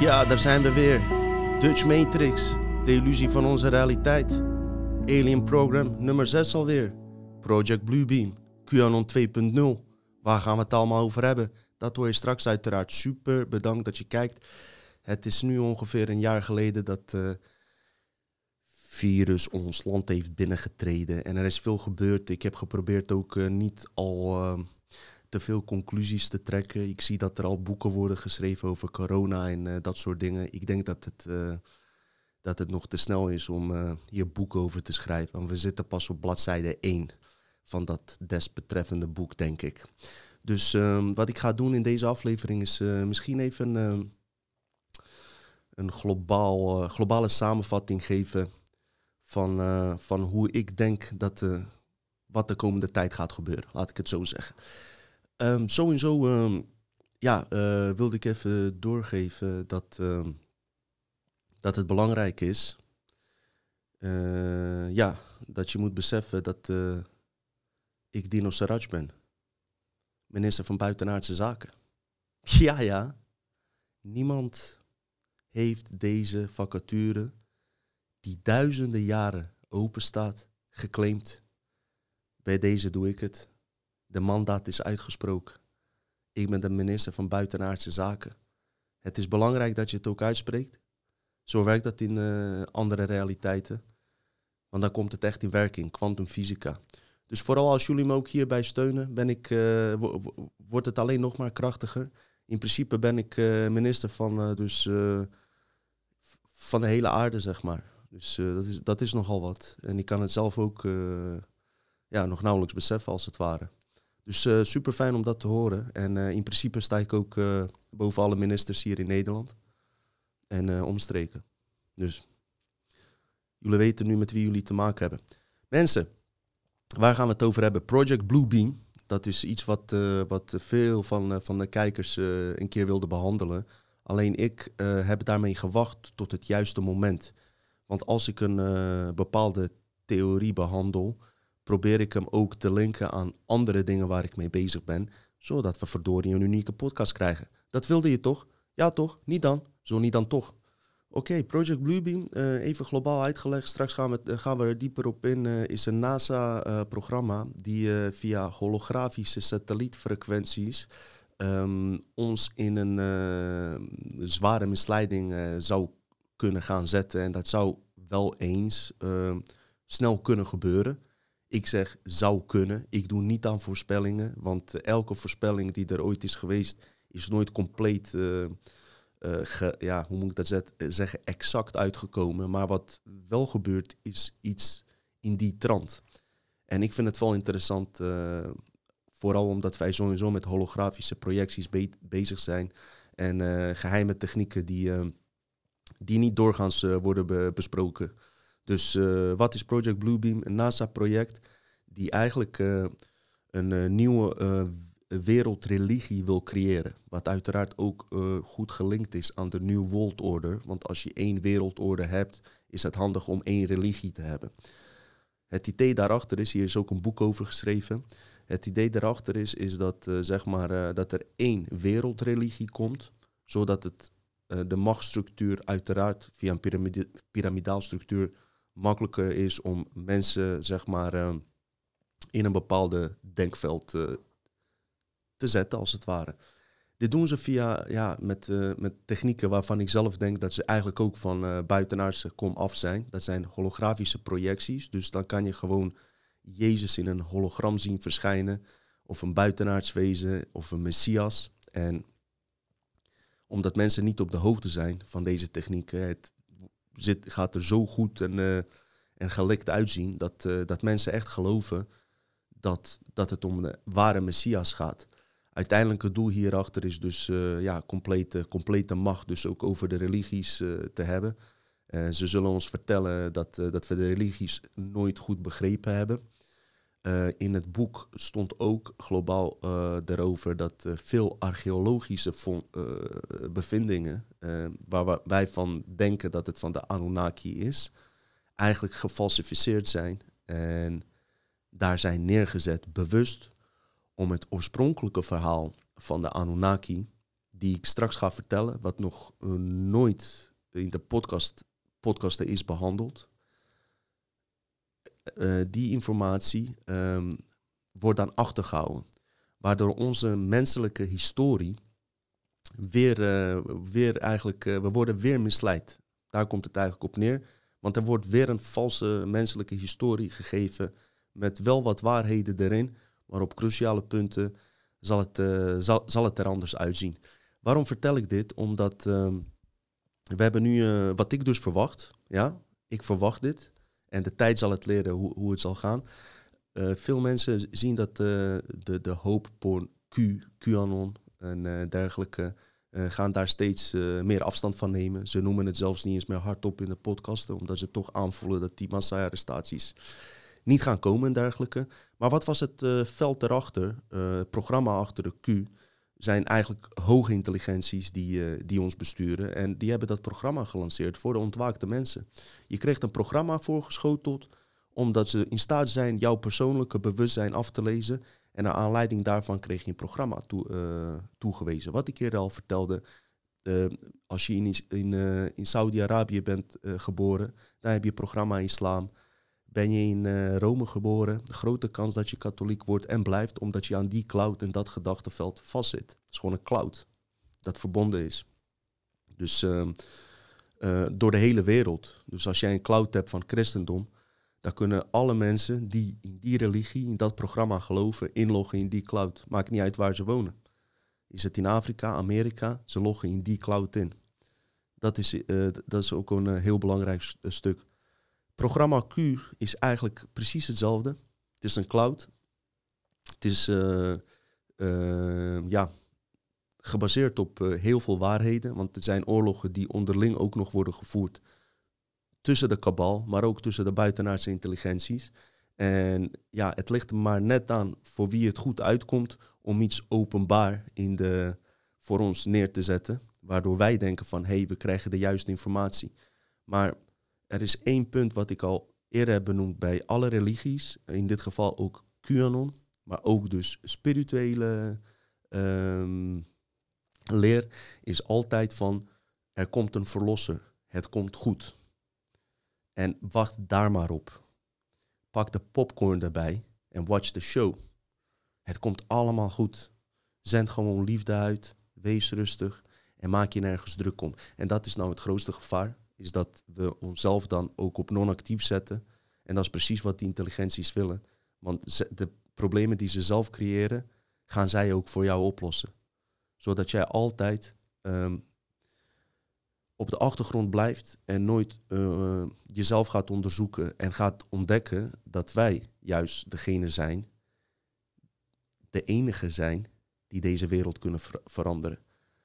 Ja, daar zijn we weer. Dutch Matrix, de illusie van onze realiteit. Alien Program nummer 6 alweer. Project Bluebeam, QAnon 2.0. Waar gaan we het allemaal over hebben? Dat hoor je straks uiteraard. Super bedankt dat je kijkt. Het is nu ongeveer een jaar geleden dat virus ons land heeft binnengetreden. En er is veel gebeurd. Ik heb geprobeerd ook niet al te veel conclusies te trekken. Ik zie dat er al boeken worden geschreven over corona en dat soort dingen. Ik denk dat het nog te snel is om hier boeken over te schrijven. Want we zitten pas op bladzijde 1 van dat desbetreffende boek, denk ik. Dus wat ik ga doen in deze aflevering is misschien even een globale samenvatting geven van hoe ik denk dat wat de komende tijd gaat gebeuren. Laat ik het zo zeggen. Sowieso wilde ik even doorgeven dat het belangrijk is. Dat je moet beseffen dat ik Dino Sarraj ben. Minister van Buitenaardse Zaken. Ja. Niemand heeft deze vacature, die duizenden jaren open staat, geclaimd. Bij deze doe ik het. De mandaat is uitgesproken. Ik ben de minister van Buitenaardse Zaken. Het is belangrijk dat je het ook uitspreekt. Zo werkt dat in andere realiteiten. Want dan komt het echt in werking, kwantumfysica. Dus vooral als jullie me ook hierbij steunen, wordt het alleen nog maar krachtiger. In principe ben ik minister van de hele aarde, zeg maar. Dus dat is nogal wat. En ik kan het zelf ook nog nauwelijks beseffen, als het ware. Dus super fijn om dat te horen. En in principe sta ik ook boven alle ministers hier in Nederland. En omstreken. Dus jullie weten nu met wie jullie te maken hebben. Mensen, waar gaan we het over hebben? Project Bluebeam. Dat is iets wat veel van de kijkers een keer wilden behandelen. Alleen ik heb daarmee gewacht tot het juiste moment. Want als ik een bepaalde theorie behandel, probeer ik hem ook te linken aan andere dingen waar ik mee bezig ben, zodat we verdorie een unieke podcast krijgen. Dat wilde je toch? Ja toch? Niet dan? Zo niet dan toch? Oké, Project Bluebeam, even globaal uitgelegd. Straks gaan we er dieper op in. Is een NASA-programma die via holografische satellietfrequenties ons in een zware misleiding zou kunnen gaan zetten. En dat zou wel eens snel kunnen gebeuren. Ik zeg zou kunnen. Ik doe niet aan voorspellingen. Want elke voorspelling die er ooit is geweest, is nooit compleet, hoe moet ik dat zeggen, exact uitgekomen. Maar wat wel gebeurt, is iets in die trant. En ik vind het wel interessant, vooral omdat wij sowieso met holografische projecties bezig zijn. En geheime technieken die niet doorgaans worden besproken. Dus wat is Project Bluebeam? Een NASA-project die eigenlijk een nieuwe wereldreligie wil creëren. Wat uiteraard ook goed gelinkt is aan de New World Order. Want als je 1 wereldorde hebt, is het handig om 1 religie te hebben. Het idee daarachter is, hier is ook een boek over geschreven. Het idee daarachter is dat, dat er 1 wereldreligie komt, zodat de machtsstructuur uiteraard via een piramidaalstructuur makkelijker is om mensen in een bepaalde denkveld te zetten, als het ware. Dit doen ze met technieken waarvan ik zelf denk dat ze eigenlijk ook van buitenaardse kom af zijn. Dat zijn holografische projecties. Dus dan kan je gewoon Jezus in een hologram zien verschijnen, of een buitenaards wezen, of een Messias. En omdat mensen niet op de hoogte zijn van deze technieken, gaat er zo goed en gelikt uitzien dat mensen echt geloven dat het om de ware Messias gaat. Uiteindelijk het doel hierachter is dus complete macht, dus ook over de religies te hebben. Ze zullen ons vertellen dat we de religies nooit goed begrepen hebben. In het boek stond ook globaal erover dat veel archeologische bevindingen, waar wij van denken dat het van de Anunnaki is, eigenlijk gefalsificeerd zijn. En daar zijn neergezet bewust om het oorspronkelijke verhaal van de Anunnaki, die ik straks ga vertellen, wat nog nooit in de podcasten is behandeld. Die informatie wordt dan achtergehouden. Waardoor onze menselijke historie weer eigenlijk, we worden weer misleid. Daar komt het eigenlijk op neer. Want er wordt weer een valse menselijke historie gegeven met wel wat waarheden erin, maar op cruciale punten zal het er anders uitzien. Waarom vertel ik dit? Omdat we hebben nu, wat ik dus verwacht, ja, ik verwacht dit en de tijd zal het leren hoe het zal gaan. Veel mensen zien dat de hoop, QAnon en dergelijke gaan daar steeds meer afstand van nemen. Ze noemen het zelfs niet eens meer hardop in de podcasten, omdat ze toch aanvoelen dat die massa-arrestaties niet gaan komen en dergelijke. Maar wat was het veld erachter, het programma achter de Q, zijn eigenlijk hoge intelligenties die ons besturen. En die hebben dat programma gelanceerd voor de ontwaakte mensen. Je kreeg een programma voorgeschoteld, omdat ze in staat zijn jouw persoonlijke bewustzijn af te lezen. En naar aanleiding daarvan kreeg je een programma toegewezen. Wat ik eerder al vertelde, als je in Saudi-Arabië bent geboren, dan heb je programma islam. Ben je in Rome geboren, de grote kans dat je katholiek wordt en blijft, omdat je aan die cloud en dat gedachtenveld vastzit. Het is gewoon een cloud dat verbonden is. Dus door de hele wereld. Dus als jij een cloud hebt van christendom, dan kunnen alle mensen die in die religie, in dat programma geloven, inloggen in die cloud. Maakt niet uit waar ze wonen. Is het in Afrika, Amerika, ze loggen in die cloud in. Dat is ook een heel belangrijk stuk. Programma Q is eigenlijk precies hetzelfde. Het is een cloud. Het is gebaseerd op heel veel waarheden. Want er zijn oorlogen die onderling ook nog worden gevoerd. Tussen de kabal, maar ook tussen de buitenaardse intelligenties. En ja, het ligt er maar net aan voor wie het goed uitkomt om iets openbaar voor ons neer te zetten. Waardoor wij denken van, we krijgen de juiste informatie. Maar er is één punt wat ik al eerder heb benoemd bij alle religies. In dit geval ook QAnon, maar ook dus spirituele leer is altijd van, er komt een verlosser. Het komt goed. En wacht daar maar op. Pak de popcorn erbij en watch the show. Het komt allemaal goed. Zend gewoon liefde uit. Wees rustig. En maak je nergens druk om. En dat is nou het grootste gevaar. Is dat we onszelf dan ook op non-actief zetten. En dat is precies wat die intelligenties willen. Want de problemen die ze zelf creëren, gaan zij ook voor jou oplossen. Zodat jij altijd op de achtergrond blijft en nooit jezelf gaat onderzoeken en gaat ontdekken dat wij juist degene zijn, de enige zijn die deze wereld kunnen veranderen.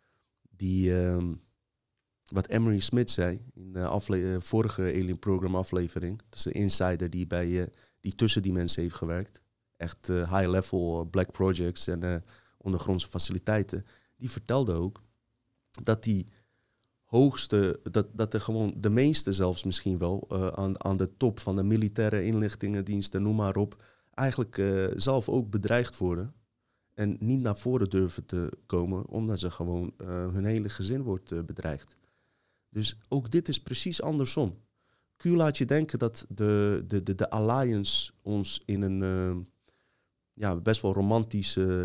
Wat Emery Smith zei in de vorige Alien Program aflevering, dat is de insider die tussen die mensen heeft gewerkt, echt high-level black projects en ondergrondse faciliteiten, die vertelde ook dat die hoogste, dat er gewoon de meeste zelfs misschien wel aan de top van de militaire inlichtingendiensten, noem maar op, eigenlijk zelf ook bedreigd worden en niet naar voren durven te komen, omdat ze gewoon hun hele gezin wordt bedreigd. Dus ook dit is precies andersom. Q laat je denken dat de Alliance ons in een best wel romantische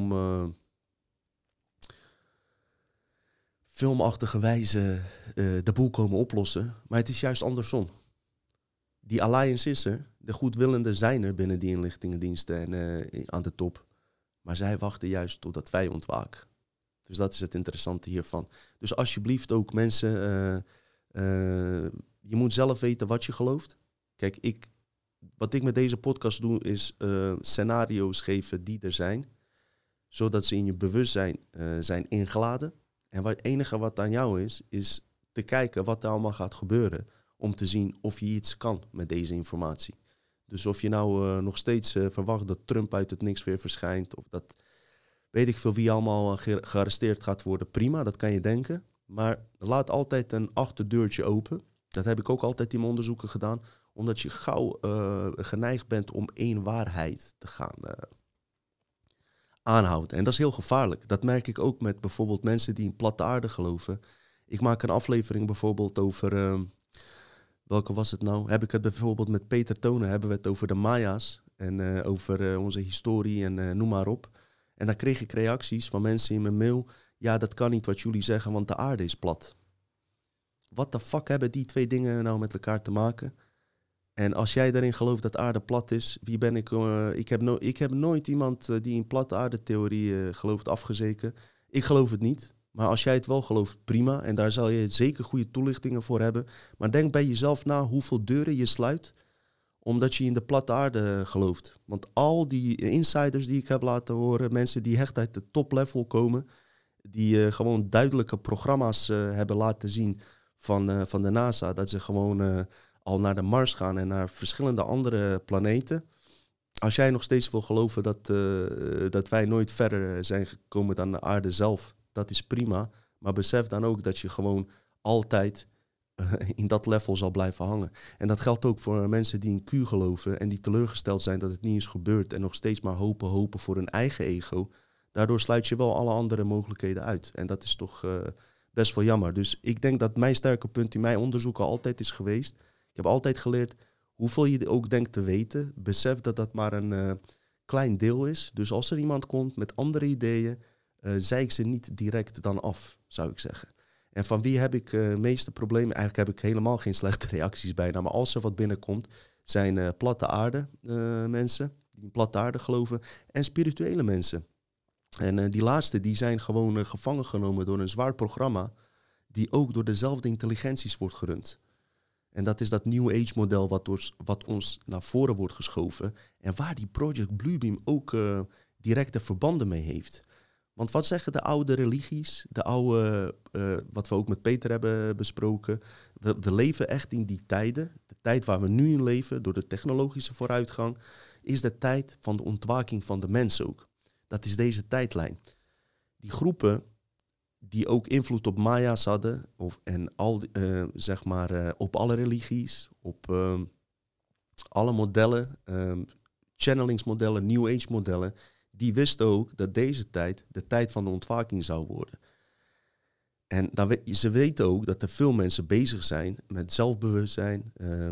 filmachtige wijze de boel komen oplossen. Maar het is juist andersom. Die Alliance is er. De goedwillenden zijn er binnen die inlichtingendiensten en aan de top. Maar zij wachten juist totdat wij ontwaken. Dus dat is het interessante hiervan. Dus alsjeblieft ook mensen, je moet zelf weten wat je gelooft. Kijk, wat ik met deze podcast doe is scenario's geven die er zijn. Zodat ze in je bewustzijn zijn ingeladen. En het enige wat aan jou is te kijken wat er allemaal gaat gebeuren. Om te zien of je iets kan met deze informatie. Dus of je nou nog steeds verwacht dat Trump uit het niks weer verschijnt. Of dat weet ik veel wie allemaal gearresteerd gaat worden. Prima, dat kan je denken. Maar laat altijd een achterdeurtje open. Dat heb ik ook altijd in mijn onderzoeken gedaan. Omdat je gauw geneigd bent om één waarheid te gaan aanhoudt. En dat is heel gevaarlijk. Dat merk ik ook met bijvoorbeeld mensen die in platte aarde geloven. Ik maak een aflevering bijvoorbeeld over... welke was het nou? Heb ik het bijvoorbeeld met Peter Tonen, hebben we het over de Maya's. En over onze historie en noem maar op. En dan kreeg ik reacties van mensen in mijn mail. Ja, dat kan niet wat jullie zeggen, want de aarde is plat. Wat de fuck hebben die twee dingen nou met elkaar te maken? En als jij erin gelooft dat aarde plat is, wie ben ik? Ik heb nooit iemand die in platte aardetheorie gelooft afgezeken. Ik geloof het niet. Maar als jij het wel gelooft, prima. En daar zal je zeker goede toelichtingen voor hebben. Maar denk bij jezelf na hoeveel deuren je sluit, omdat je in de platte aarde gelooft. Want al die insiders die ik heb laten horen, mensen die echt uit de top level komen, die gewoon duidelijke programma's hebben laten zien van de NASA, dat ze gewoon al naar de Mars gaan en naar verschillende andere planeten. Als jij nog steeds wil geloven dat wij nooit verder zijn gekomen dan de aarde zelf, dat is prima. Maar besef dan ook dat je gewoon altijd in dat level zal blijven hangen. En dat geldt ook voor mensen die in Q geloven en die teleurgesteld zijn dat het niet is gebeurd en nog steeds maar hopen voor hun eigen ego. Daardoor sluit je wel alle andere mogelijkheden uit. En dat is toch best wel jammer. Dus ik denk dat mijn sterke punt in mijn onderzoeken altijd is geweest. Ik heb altijd geleerd, hoeveel je ook denkt te weten, besef dat dat maar een klein deel is. Dus als er iemand komt met andere ideeën, zeik ze niet direct dan af, zou ik zeggen. En van wie heb ik meeste problemen? Eigenlijk heb ik helemaal geen slechte reacties bijna. Maar als er wat binnenkomt, zijn platte aarde mensen, die in platte aarde geloven, en spirituele mensen. En die laatste, die zijn gewoon gevangen genomen door een zwaar programma, die ook door dezelfde intelligenties wordt gerund. En dat is dat New Age model wat ons naar voren wordt geschoven. En waar die Project Bluebeam ook directe verbanden mee heeft. Want wat zeggen de oude religies, de oude, wat we ook met Peter hebben besproken. We leven echt in die tijden. De tijd waar we nu in leven, door de technologische vooruitgang, is de tijd van de ontwaking van de mens ook. Dat is deze tijdlijn. Die groepen die ook invloed op Maya's hadden, op alle religies, op alle modellen, channelingsmodellen, New Age modellen, die wisten ook dat deze tijd de tijd van de ontwaking zou worden. En ze weten ook dat er veel mensen bezig zijn met zelfbewustzijn.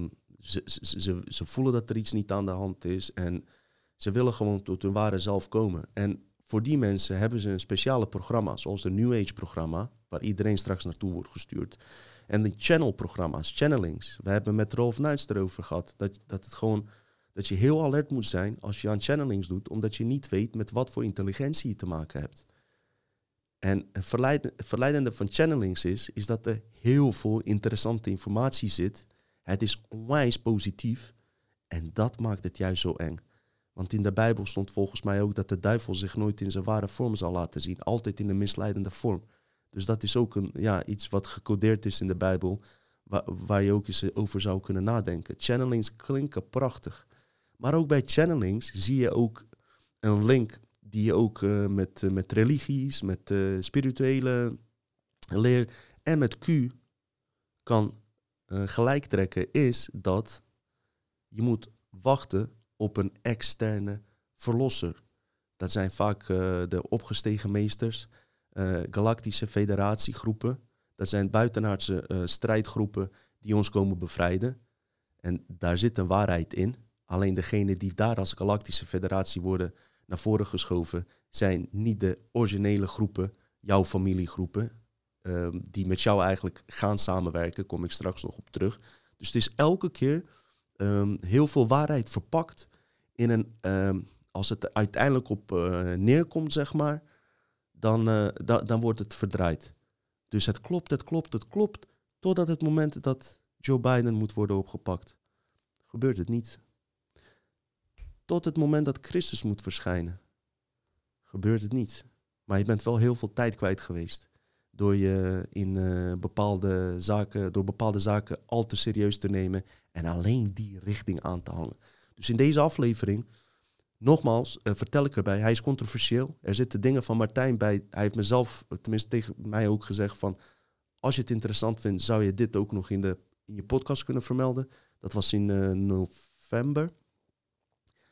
Ze voelen dat er iets niet aan de hand is en ze willen gewoon tot hun ware zelf komen. En voor die mensen hebben ze een speciale programma, zoals de New Age programma, waar iedereen straks naartoe wordt gestuurd. En de channelprogramma's, channelings. We hebben met Rolf Nuits erover gehad, dat je heel alert moet zijn als je aan channelings doet, omdat je niet weet met wat voor intelligentie je te maken hebt. En het verleidende van channelings is dat er heel veel interessante informatie zit. Het is onwijs positief en dat maakt het juist zo eng. Want in de Bijbel stond volgens mij ook dat de duivel zich nooit in zijn ware vorm zal laten zien. Altijd in een misleidende vorm. Dus dat is ook iets wat gecodeerd is in de Bijbel, waar je ook eens over zou kunnen nadenken. Channelings klinken prachtig. Maar ook bij channelings zie je ook een link die je ook met religies, met spirituele leer en met Q kan gelijk trekken, is dat je moet wachten op een externe verlosser. Dat zijn vaak de opgestegen meesters, galactische federatiegroepen. Dat zijn buitenaardse strijdgroepen die ons komen bevrijden. En daar zit een waarheid in. Alleen degenen die daar als galactische federatie worden naar voren geschoven, zijn niet de originele groepen, jouw familiegroepen, die met jou eigenlijk gaan samenwerken. Kom ik straks nog op terug. Dus het is elke keer heel veel waarheid verpakt in een, als het uiteindelijk op neerkomt, zeg maar, dan wordt het verdraaid. Dus het klopt, totdat het moment dat Joe Biden moet worden opgepakt. Gebeurt het niet. Tot het moment dat Christus moet verschijnen. Gebeurt het niet. Maar je bent wel heel veel tijd kwijt geweest. Door je door bepaalde zaken al te serieus te nemen en alleen die richting aan te hangen. Dus in deze aflevering, nogmaals, vertel ik erbij, hij is controversieel. Er zitten dingen van Martijn bij. Hij heeft mezelf, tenminste tegen mij ook gezegd van, als je het interessant vindt, zou je dit ook nog in je podcast kunnen vermelden. Dat was in november.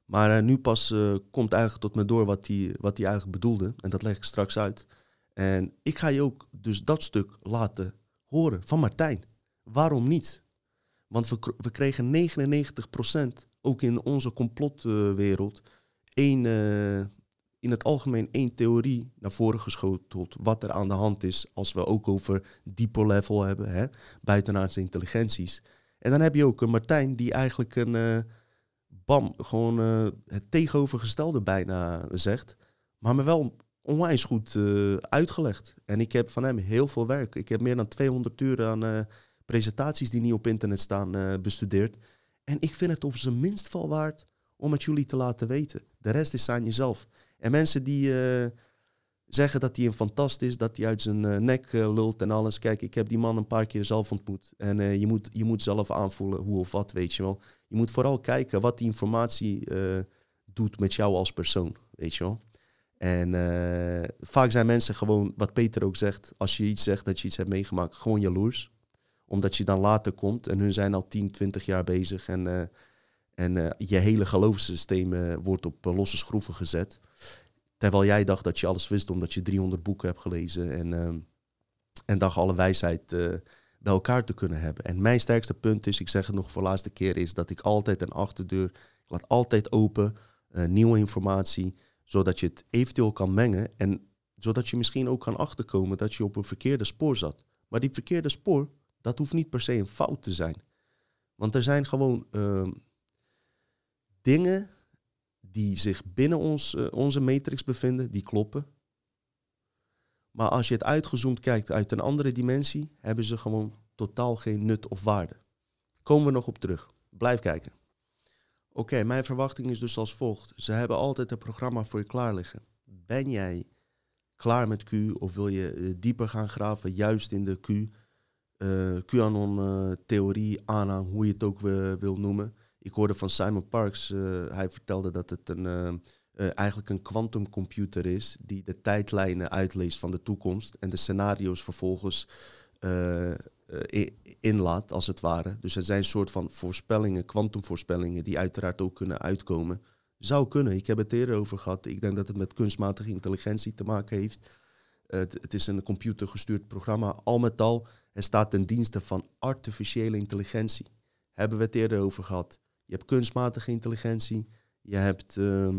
Maar nu pas komt eigenlijk tot me door wat hij eigenlijk bedoelde. En dat leg ik straks uit. En ik ga je ook dus dat stuk laten horen van Martijn. Waarom niet? Want we kregen 99% ook in onze complotwereld in het algemeen één theorie naar voren geschoteld wat er aan de hand is als we ook over dieper level hebben, hè, buitenaardse intelligenties. En dan heb je ook een Martijn die eigenlijk gewoon het tegenovergestelde bijna zegt, maar me wel onwijs goed uitgelegd. En ik heb van hem heel veel werk. Ik heb meer dan 200 uur aan presentaties die niet op internet staan bestudeerd. En ik vind het op zijn minst wel waard om het jullie te laten weten. De rest is aan jezelf. En mensen die zeggen dat hij een fantast is, dat hij uit zijn nek lult en alles. Kijk, ik heb die man een paar keer zelf ontmoet. En je moet zelf aanvoelen hoe of wat, weet je wel. Je moet vooral kijken wat die informatie doet met jou als persoon, weet je wel. En vaak zijn mensen gewoon, wat Peter ook zegt, als je iets zegt dat je iets hebt meegemaakt, gewoon jaloers. Omdat je dan later komt en hun zijn al 10, 20 jaar bezig en je hele geloofssysteem wordt op losse schroeven gezet. Terwijl jij dacht dat je alles wist omdat je 300 boeken hebt gelezen en dacht alle wijsheid bij elkaar te kunnen hebben. En mijn sterkste punt is, ik zeg het nog voor de laatste keer, is dat ik altijd een achterdeur, ik laat altijd open, nieuwe informatie, zodat je het eventueel kan mengen en zodat je misschien ook kan achterkomen dat je op een verkeerde spoor zat. Maar die verkeerde spoor, dat hoeft niet per se een fout te zijn. Want er zijn gewoon dingen die zich binnen onze matrix bevinden, die kloppen. Maar als je het uitgezoomd kijkt uit een andere dimensie, hebben ze gewoon totaal geen nut of waarde. Komen we nog op terug. Blijf kijken. Oké, mijn verwachting is dus als volgt. Ze hebben altijd een programma voor je klaar liggen. Ben jij klaar met Q of wil je dieper gaan graven, juist in de QAnon-theorie, aanhang, hoe je het ook wil noemen. Ik hoorde van Simon Parkes, hij vertelde dat het eigenlijk een quantumcomputer is die de tijdlijnen uitleest van de toekomst en de scenario's vervolgens inlaat, als het ware. Dus het zijn een soort van voorspellingen, quantumvoorspellingen, die uiteraard ook kunnen uitkomen. Zou kunnen, ik heb het eerder over gehad. Ik denk dat het met kunstmatige intelligentie te maken heeft. Het is een computergestuurd programma. Al met al, het staat ten dienste van artificiële intelligentie. Hebben we het eerder over gehad. Je hebt kunstmatige intelligentie. Je hebt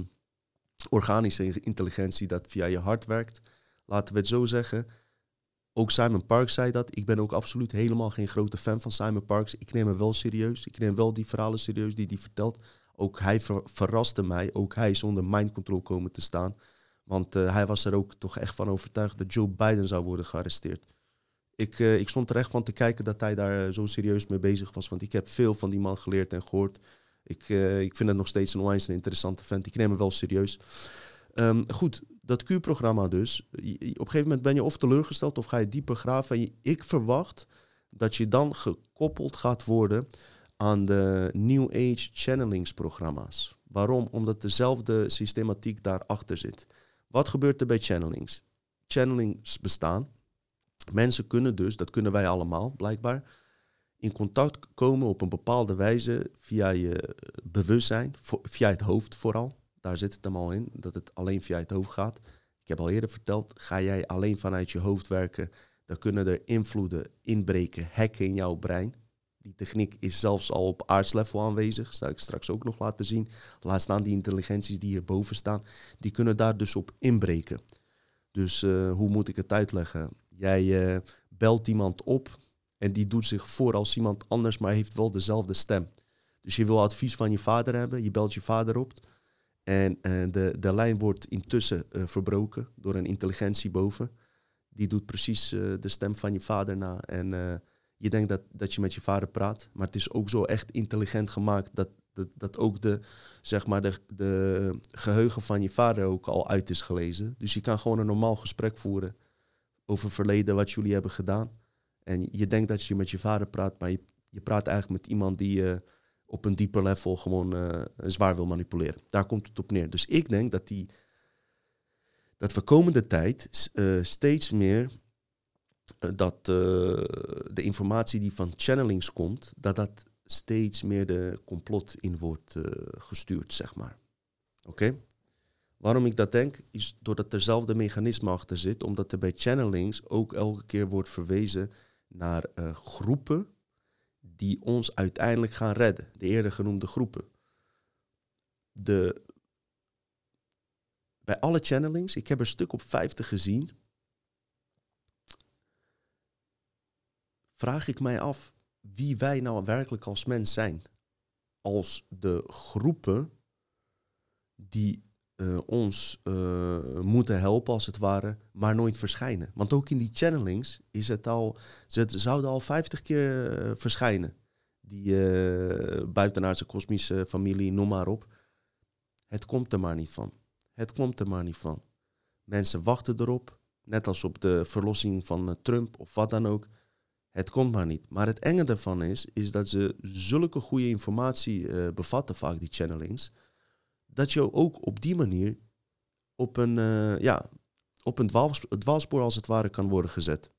organische intelligentie dat via je hart werkt. Laten we het zo zeggen. Ook Simon Parkes zei dat. Ik ben ook absoluut helemaal geen grote fan van Simon Parkes. Ik neem hem wel serieus. Ik neem wel die verhalen serieus die hij vertelt. Ook hij verraste mij. Ook hij is onder mind control komen te staan. Want hij was er ook toch echt van overtuigd dat Joe Biden zou worden gearresteerd. Ik stond er echt van te kijken dat hij daar zo serieus mee bezig was. Want ik heb veel van die man geleerd en gehoord. Ik vind het nog steeds een onwijs interessante vent. Ik neem hem wel serieus. Goed, dat Q-programma dus. Op een gegeven moment ben je of teleurgesteld of ga je dieper graven. En ik verwacht dat je dan gekoppeld gaat worden aan de New Age channelingsprogramma's. Waarom? Omdat dezelfde systematiek daarachter zit. Wat gebeurt er bij channelings? Channelings bestaan. Mensen kunnen dus, dat kunnen wij allemaal blijkbaar, in contact komen op een bepaalde wijze via je bewustzijn, via het hoofd vooral. Daar zit het hem al in, dat het alleen via het hoofd gaat. Ik heb al eerder verteld, ga jij alleen vanuit je hoofd werken, dan kunnen er invloeden inbreken, hacken in jouw brein. Die techniek is zelfs al op aardslevel aanwezig, dat zal ik straks ook nog laten zien. Laat staan die intelligenties die hierboven staan, die kunnen daar dus op inbreken. Dus hoe moet ik het uitleggen? Jij belt iemand op en die doet zich voor als iemand anders, maar heeft wel dezelfde stem. Dus je wil advies van je vader hebben, je belt je vader op en de lijn wordt intussen verbroken door een intelligentie boven. Die doet precies de stem van je vader na en je denkt dat je met je vader praat, maar het is ook zo echt intelligent gemaakt dat ook de geheugen van je vader ook al uit is gelezen. Dus je kan gewoon een normaal gesprek voeren over verleden, wat jullie hebben gedaan. En je denkt dat je met je vader praat, maar je praat eigenlijk met iemand die op een dieper level gewoon zwaar wil manipuleren. Daar komt het op neer. Dus ik denk dat we komende tijd steeds meer de informatie die van channelings komt, dat steeds meer de complot in wordt gestuurd, zeg maar. Oké? Waarom ik dat denk, is doordat er hetzelfde mechanisme achter zit. Omdat er bij channelings ook elke keer wordt verwezen naar groepen die ons uiteindelijk gaan redden. De eerder genoemde groepen. Bij alle channelings, ik heb er een stuk op 50 gezien, vraag ik mij af wie wij nou werkelijk als mens zijn. Als de groepen die ons moeten helpen, als het ware, maar nooit verschijnen. Want ook in die channelings is het al, ze zouden al 50 keer verschijnen. Die buitenaardse kosmische familie, noem maar op. Het komt er maar niet van. Het komt er maar niet van. Mensen wachten erop, net als op de verlossing van Trump of wat dan ook. Het komt maar niet. Maar het enge daarvan is dat ze zulke goede informatie bevatten, vaak die channelings, dat je ook op die manier op een dwaalspoor als het ware kan worden gezet.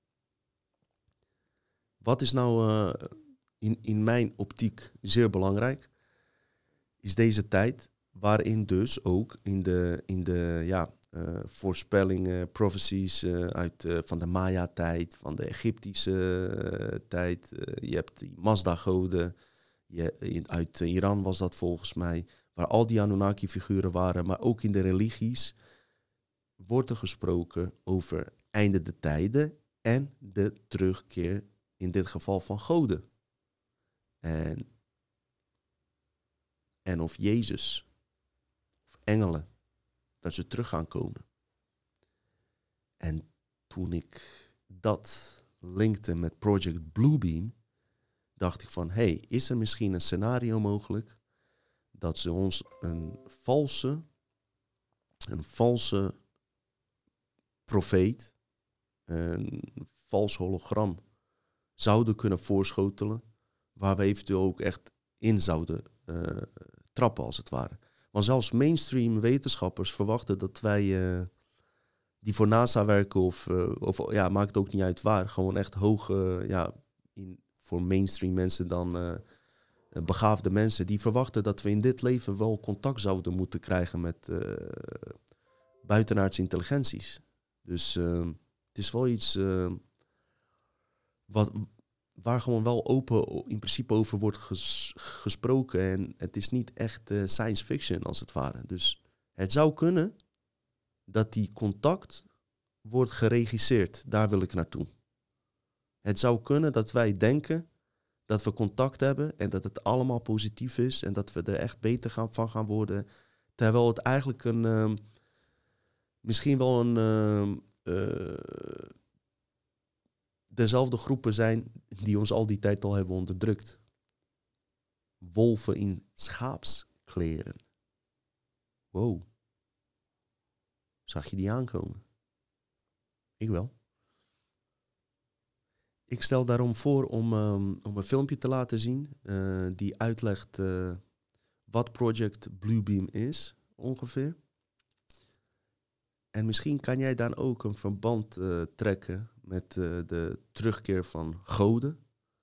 Wat is nou in mijn optiek zeer belangrijk, is deze tijd waarin dus ook in de voorspellingen, prophecies van de Maya-tijd, van de Egyptische tijd. Je hebt die Mazda-goden, uit Iran was dat volgens mij, waar al die Anunnaki-figuren waren, maar ook in de religies wordt er gesproken over einde de tijden en de terugkeer, in dit geval van goden. En of Jezus, of engelen, dat ze terug gaan komen. En toen ik dat linkte met Project Bluebeam, dacht ik van, hey, is er misschien een scenario mogelijk dat ze ons een valse profeet, een vals hologram zouden kunnen voorschotelen, waar we eventueel ook echt in zouden trappen, als het ware. Want zelfs mainstream wetenschappers verwachten dat wij die voor NASA werken of maakt ook niet uit waar, gewoon echt hoge, voor mainstream mensen dan begaafde mensen, die verwachten dat we in dit leven wel contact zouden moeten krijgen met buitenaardse intelligenties. Dus het is wel iets waar gewoon wel open in principe over wordt gesproken. En het is niet echt science fiction, als het ware. Dus het zou kunnen dat die contact wordt geregisseerd. Daar wil ik naartoe. Het zou kunnen dat wij denken dat we contact hebben en dat het allemaal positief is en dat we er echt beter van gaan worden. Terwijl het eigenlijk misschien wel dezelfde groepen zijn die ons al die tijd al hebben onderdrukt. Wolven in schaapskleren. Wow. Zag je die aankomen? Ik wel. Ik stel daarom voor om een filmpje te laten zien die uitlegt wat Project Bluebeam is, ongeveer. En misschien kan jij dan ook een verband trekken met de terugkeer van goden.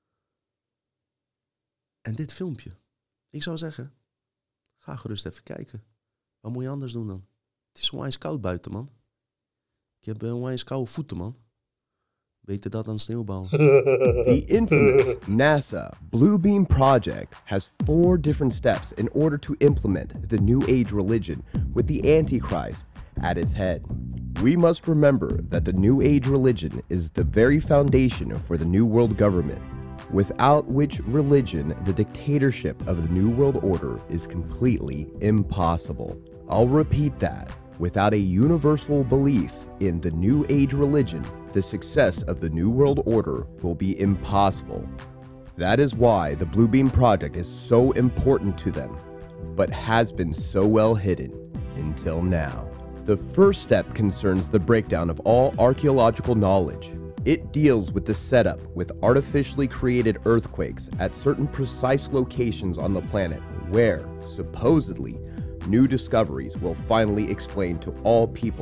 En dit filmpje. Ik zou zeggen, ga gerust even kijken. Wat moet je anders doen dan? Het is onwijs koud buiten, man. Ik heb onwijs koude voeten, man. Beter dat dan sneeuwbal. The infamous NASA Bluebeam project has 4 different steps in order to implement the New Age religion with the Antichrist at its head. We must remember that the New Age religion is the very foundation for the New World Government, without which religion the dictatorship of the New World Order is completely impossible. I'll repeat that. Without a universal belief in the New Age religion, the success of the New World Order will be impossible. That is why the Bluebeam project is so important to them, but has been so well hidden until now. The first step concerns the breakdown of all archaeological knowledge. It deals with the setup with artificially created earthquakes at certain precise locations on the planet where, supposedly, new discoveries will finally explain to all people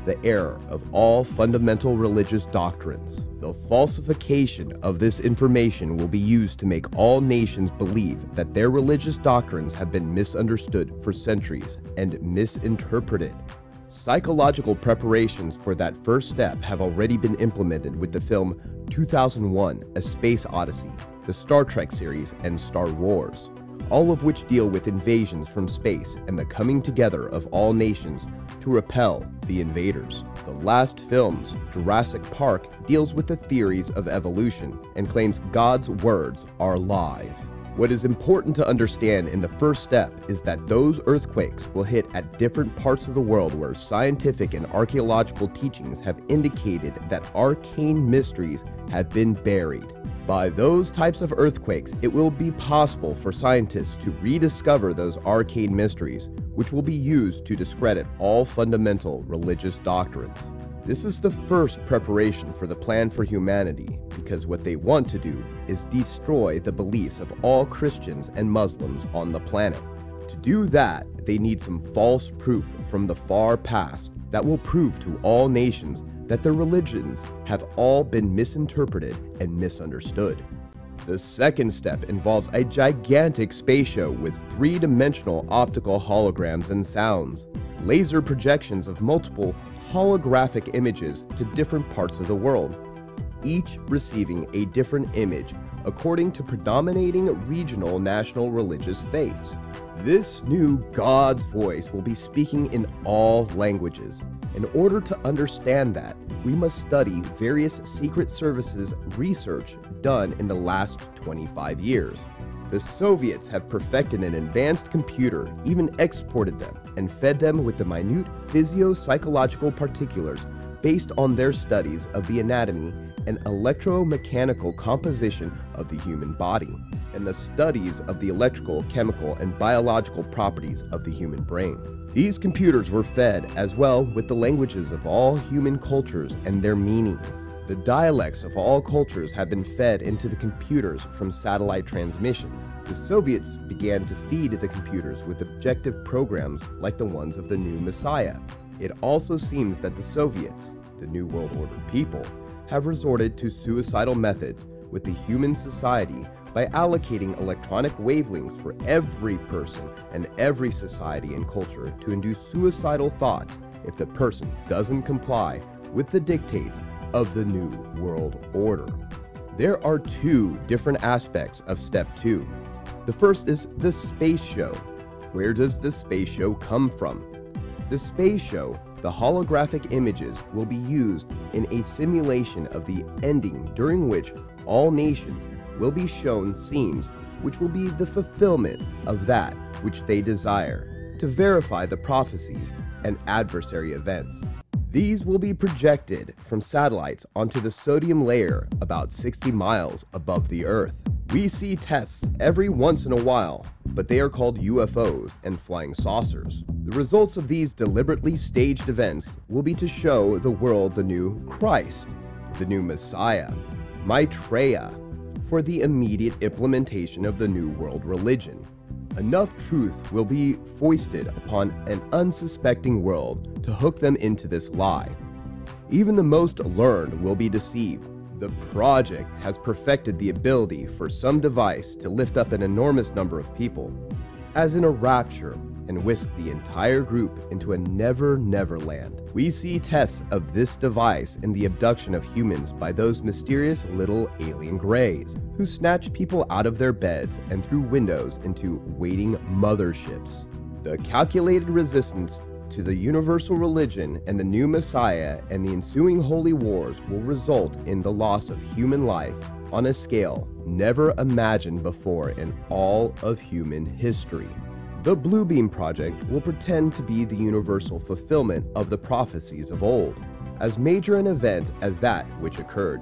the error of all fundamental religious doctrines. The falsification of this information will be used to make all nations believe that their religious doctrines have been misunderstood for centuries and misinterpreted. Psychological preparations for that first step have already been implemented with the film 2001: A Space Odyssey, the Star Trek series, and Star Wars, all of which deal with invasions from space and the coming together of all nations to repel the invaders. The last film's Jurassic Park deals with the theories of evolution and claims God's words are lies. What is important to understand in the first step is that those earthquakes will hit at different parts of the world where scientific and archaeological teachings have indicated that arcane mysteries have been buried. By those types of earthquakes, it will be possible for scientists to rediscover those arcane mysteries, which will be used to discredit all fundamental religious doctrines. This is the first preparation for the plan for humanity, because what they want to do is destroy the beliefs of all Christians and Muslims on the planet. To do that, they need some false proof from the far past that will prove to all nations that their religions have all been misinterpreted and misunderstood. The second step involves a gigantic space show with three-dimensional optical holograms and sounds, laser projections of multiple holographic images to different parts of the world, each receiving a different image according to predominating regional national religious faiths. This new God's voice will be speaking in all languages. In order to understand that, we must study various secret services research done in the last 25 years. The Soviets have perfected an advanced computer, even exported them, and fed them with the minute physio-psychological particulars based on their studies of the anatomy and electromechanical composition of the human body, and the studies of the electrical, chemical, and biological properties of the human brain. These computers were fed as well with the languages of all human cultures and their meanings. The dialects of all cultures have been fed into the computers from satellite transmissions. The Soviets began to feed the computers with objective programs like the ones of the new Messiah. It also seems that the Soviets, the New World Order people, have resorted to suicidal methods with the human society by allocating electronic wavelengths for every person and every society and culture to induce suicidal thoughts if the person doesn't comply with the dictates of the New World Order. There are two different aspects of Step 2. The first is the space show. Where does the space show come from? The space show, the holographic images, will be used in a simulation of the ending during which all nations will be shown scenes which will be the fulfillment of that which they desire, to verify the prophecies and adversary events. These will be projected from satellites onto the sodium layer about 60 miles above the Earth. We see tests every once in a while, but they are called UFOs and flying saucers. The results of these deliberately staged events will be to show the world the new Christ, the new Messiah, Maitreya, for the immediate implementation of the New World religion. Enough truth will be foisted upon an unsuspecting world to hook them into this lie. Even the most learned will be deceived. The project has perfected the ability for some device to lift up an enormous number of people, as in a rapture, and whisk the entire group into a never-never land. We see tests of this device in the abduction of humans by those mysterious little alien greys, who snatch people out of their beds and through windows into waiting motherships. The calculated resistance to the universal religion and the new Messiah and the ensuing holy wars will result in the loss of human life on a scale never imagined before in all of human history. The Bluebeam Project will pretend to be the universal fulfillment of the prophecies of old, as major an event as that which occurred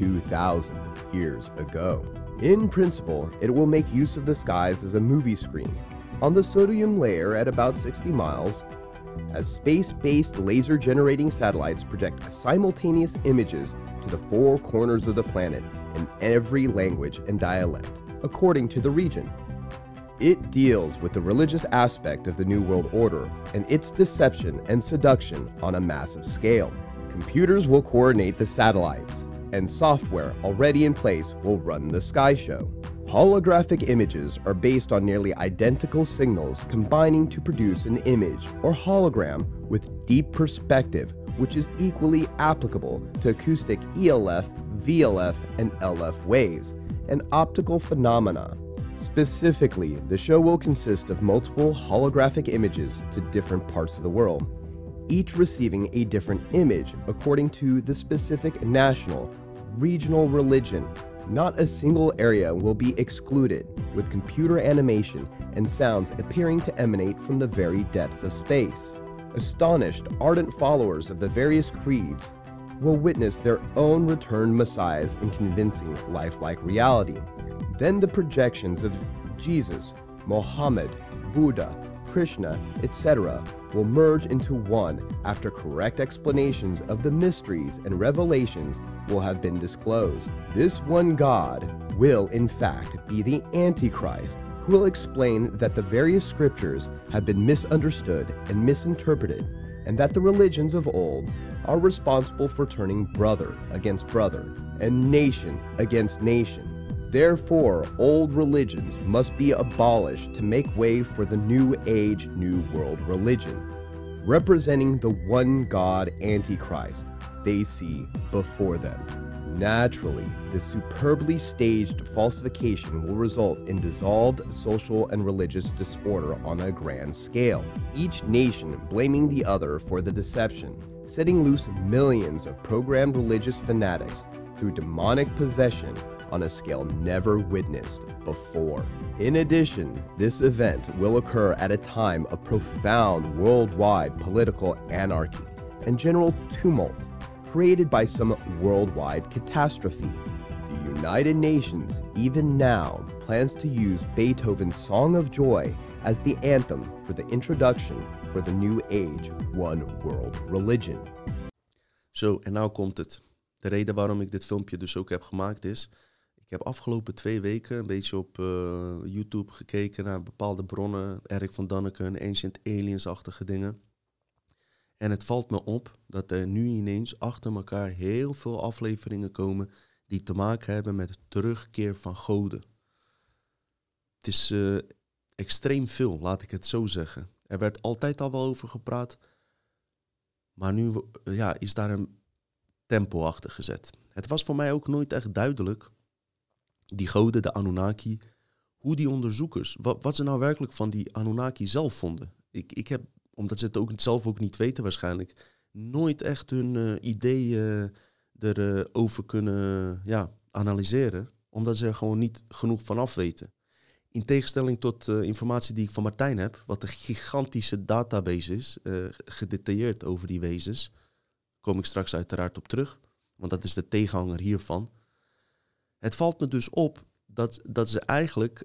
2,000 years ago. In principle, it will make use of the skies as a movie screen. On the sodium layer at about 60 miles, as space-based laser-generating satellites project simultaneous images to the four corners of the planet in every language and dialect, according to the region. It deals with the religious aspect of the New World Order and its deception and seduction on a massive scale. Computers will coordinate the satellites, and software already in place will run the sky show. Holographic images are based on nearly identical signals combining to produce an image or hologram with deep perspective, which is equally applicable to acoustic ELF, VLF, and LF waves, and optical phenomena. Specifically, the show will consist of multiple holographic images to different parts of the world, each receiving a different image according to the specific national, regional religion. Not a single area will be excluded, with computer animation and sounds appearing to emanate from the very depths of space. Astonished, ardent followers of the various creeds will witness their own returned messiahs in convincing lifelike reality. Then the projections of Jesus, Mohammed, Buddha, Krishna, etc. will merge into one after correct explanations of the mysteries and revelations will have been disclosed. This one God will in fact be the Antichrist, who will explain that the various scriptures have been misunderstood and misinterpreted, and that the religions of old are responsible for turning brother against brother and nation against nation. Therefore, old religions must be abolished to make way for the new age, new world religion, representing the one God Antichrist they see before them. Naturally, the superbly staged falsification will result in dissolved social and religious disorder on a grand scale, each nation blaming the other for the deception, setting loose millions of programmed religious fanatics through demonic possession on a scale never witnessed before. In addition, this event will occur at a time of profound worldwide political anarchy and general tumult created by some worldwide catastrophe. The United Nations, even now, plans to use Beethoven's Song of Joy as the anthem for the introduction for the new age, one world religion. Zo, en nou komt het. De reden waarom ik dit filmpje dus ook heb gemaakt is, ik heb afgelopen 2 weken een beetje op YouTube gekeken naar bepaalde bronnen, Erik van Daniken, Ancient Aliens-achtige dingen. En het valt me op dat er nu ineens achter elkaar heel veel afleveringen komen die te maken hebben met het terugkeer van goden. Het is extreem veel, laat ik het zo zeggen. Er werd altijd al wel over gepraat, maar nu is daar een tempo achter gezet. Het was voor mij ook nooit echt duidelijk, die goden, de Anunnaki, hoe die onderzoekers, wat ze nou werkelijk van die Anunnaki zelf vonden. Ik heb, omdat ze het ook zelf ook niet weten waarschijnlijk, nooit echt hun ideeën erover kunnen analyseren, omdat ze er gewoon niet genoeg van af weten. In tegenstelling tot informatie die ik van Martijn heb, wat een gigantische database is, gedetailleerd over die wezens, kom ik straks uiteraard op terug, want dat is de tegenhanger hiervan. Het valt me dus op dat ze eigenlijk,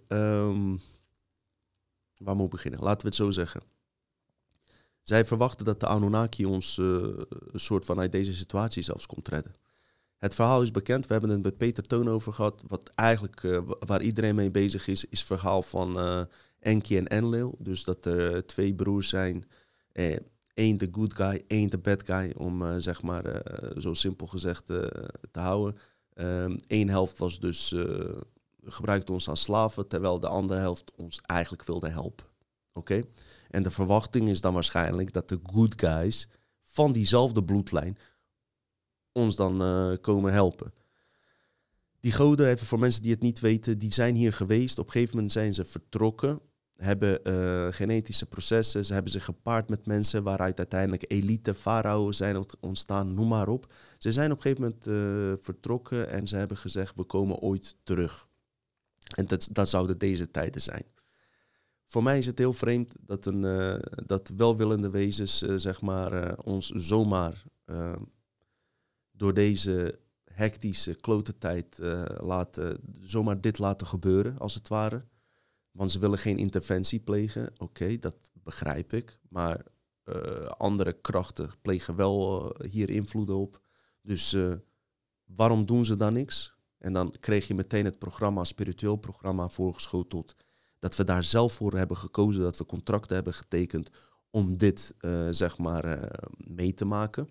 waar moet ik beginnen? Laten we het zo zeggen. Zij verwachten dat de Anunnaki ons een soort van uit deze situatie zelfs komt redden. Het verhaal is bekend, we hebben het met Peter Toon over gehad. Wat eigenlijk, waar iedereen mee bezig is het verhaal van Enki en Enlil. Dus dat er 2 broers zijn, 1 de good guy, 1 de bad guy, om zo simpel gezegd te houden. 1 helft was dus gebruikte ons als slaven, terwijl de andere helft ons eigenlijk wilde helpen. Oké? En de verwachting is dan waarschijnlijk dat de good guys van diezelfde bloedlijn ons dan komen helpen. Die goden, even voor mensen die het niet weten, die zijn hier geweest. Op een gegeven moment zijn ze vertrokken, hebben genetische processen, ze hebben zich gepaard met mensen waaruit uiteindelijk elite, farao's zijn ontstaan, noem maar op. Ze zijn op een gegeven moment vertrokken en ze hebben gezegd, we komen ooit terug. En dat zouden deze tijden zijn. Voor mij is het heel vreemd dat welwillende wezens ons zomaar door deze hectische klote tijd zomaar dit laten gebeuren, als het ware. Want ze willen geen interventie plegen. Oké, dat begrijp ik. Maar andere krachten plegen wel hier invloeden op. Dus waarom doen ze dan niks? En dan kreeg je meteen het programma, spiritueel programma, voorgeschoteld. Dat we daar zelf voor hebben gekozen, dat we contracten hebben getekend om dit mee te maken.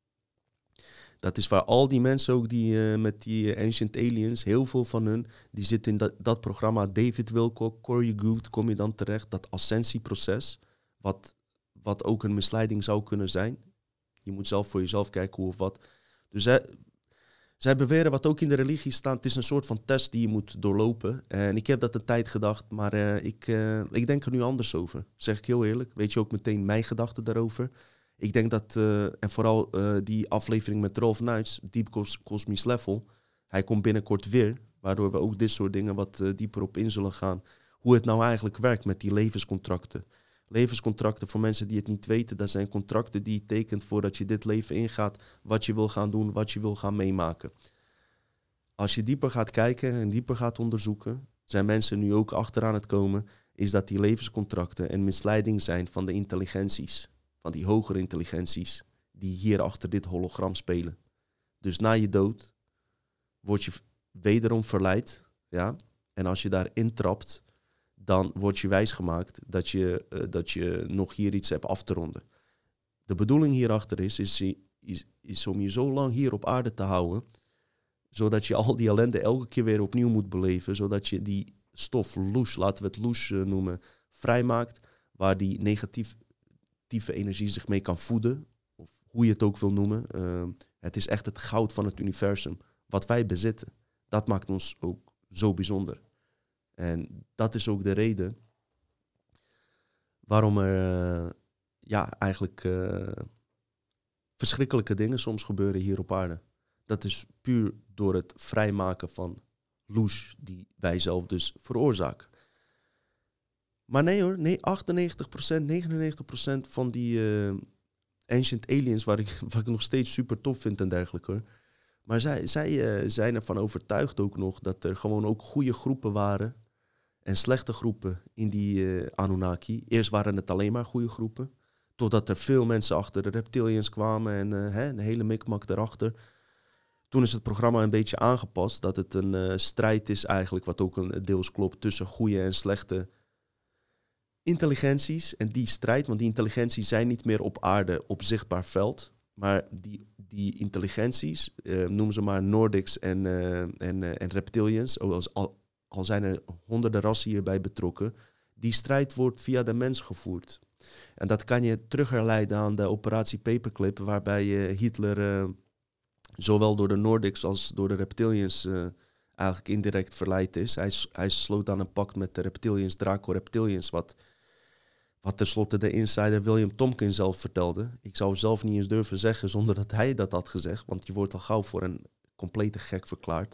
Dat is waar al die mensen ook die met die Ancient Aliens, heel veel van hun, die zitten in dat programma. David Wilcock, Corey Goode, kom je dan terecht. Dat ascensieproces, wat ook een misleiding zou kunnen zijn. Je moet zelf voor jezelf kijken hoe of wat. Dus zij beweren wat ook in de religie staat. Het is een soort van test die je moet doorlopen. En ik heb dat een tijd gedacht, maar ik denk er nu anders over. Zeg ik heel eerlijk. Weet je ook meteen mijn gedachten daarover. Ik denk dat, en vooral die aflevering met Rolf Nuits, Deep Cosmic Level, hij komt binnenkort weer, waardoor we ook dit soort dingen wat dieper op in zullen gaan. Hoe het nou eigenlijk werkt met die levenscontracten. Levenscontracten, voor mensen die het niet weten, dat zijn contracten die je tekent voordat je dit leven ingaat, wat je wil gaan doen, wat je wil gaan meemaken. Als je dieper gaat kijken en dieper gaat onderzoeken, zijn mensen nu ook achteraan het komen, is dat die levenscontracten een misleiding zijn van de intelligenties. Van die hogere intelligenties die hier achter dit hologram spelen. Dus na je dood word je wederom verleid. Ja? En als je daarin trapt, dan word je wijsgemaakt dat je nog hier iets hebt af te ronden. De bedoeling hierachter is om je zo lang hier op aarde te houden, zodat je al die ellende elke keer weer opnieuw moet beleven, zodat je die stof louche, laten we het louche noemen, vrijmaakt, waar die negatieve energie zich mee kan voeden, of hoe je het ook wil noemen. Het is echt het goud van het universum, wat wij bezitten. Dat maakt ons ook zo bijzonder. En dat is ook de reden waarom er eigenlijk verschrikkelijke dingen soms gebeuren hier op aarde. Dat is puur door het vrijmaken van louche die wij zelf dus veroorzaken. Maar nee hoor, 98%, 99% van die Ancient Aliens, wat ik nog steeds super tof vind en dergelijke hoor. Maar zij zijn ervan overtuigd ook nog dat er gewoon ook goede groepen waren en slechte groepen in die Anunnaki. Eerst waren het alleen maar goede groepen, totdat er veel mensen achter de reptilians kwamen en een hele mikmak daarachter. Toen is het programma een beetje aangepast, dat het een strijd is eigenlijk, wat ook een deels klopt, tussen goede en slechte intelligenties. En die strijd, want die intelligenties zijn niet meer op aarde op zichtbaar veld, maar die intelligenties, noem ze maar Nordics en reptilians, al zijn er honderden rassen hierbij betrokken, die strijd wordt via de mens gevoerd. En dat kan je terugherleiden aan de operatie Paperclip, waarbij Hitler zowel door de Nordics als door de reptilians eigenlijk indirect verleid is. Hij sloot aan een pact met de reptilians, Draco Reptilians, wat tenslotte de insider William Tompkins zelf vertelde. Ik zou zelf niet eens durven zeggen zonder dat hij dat had gezegd, want je wordt al gauw voor een complete gek verklaard.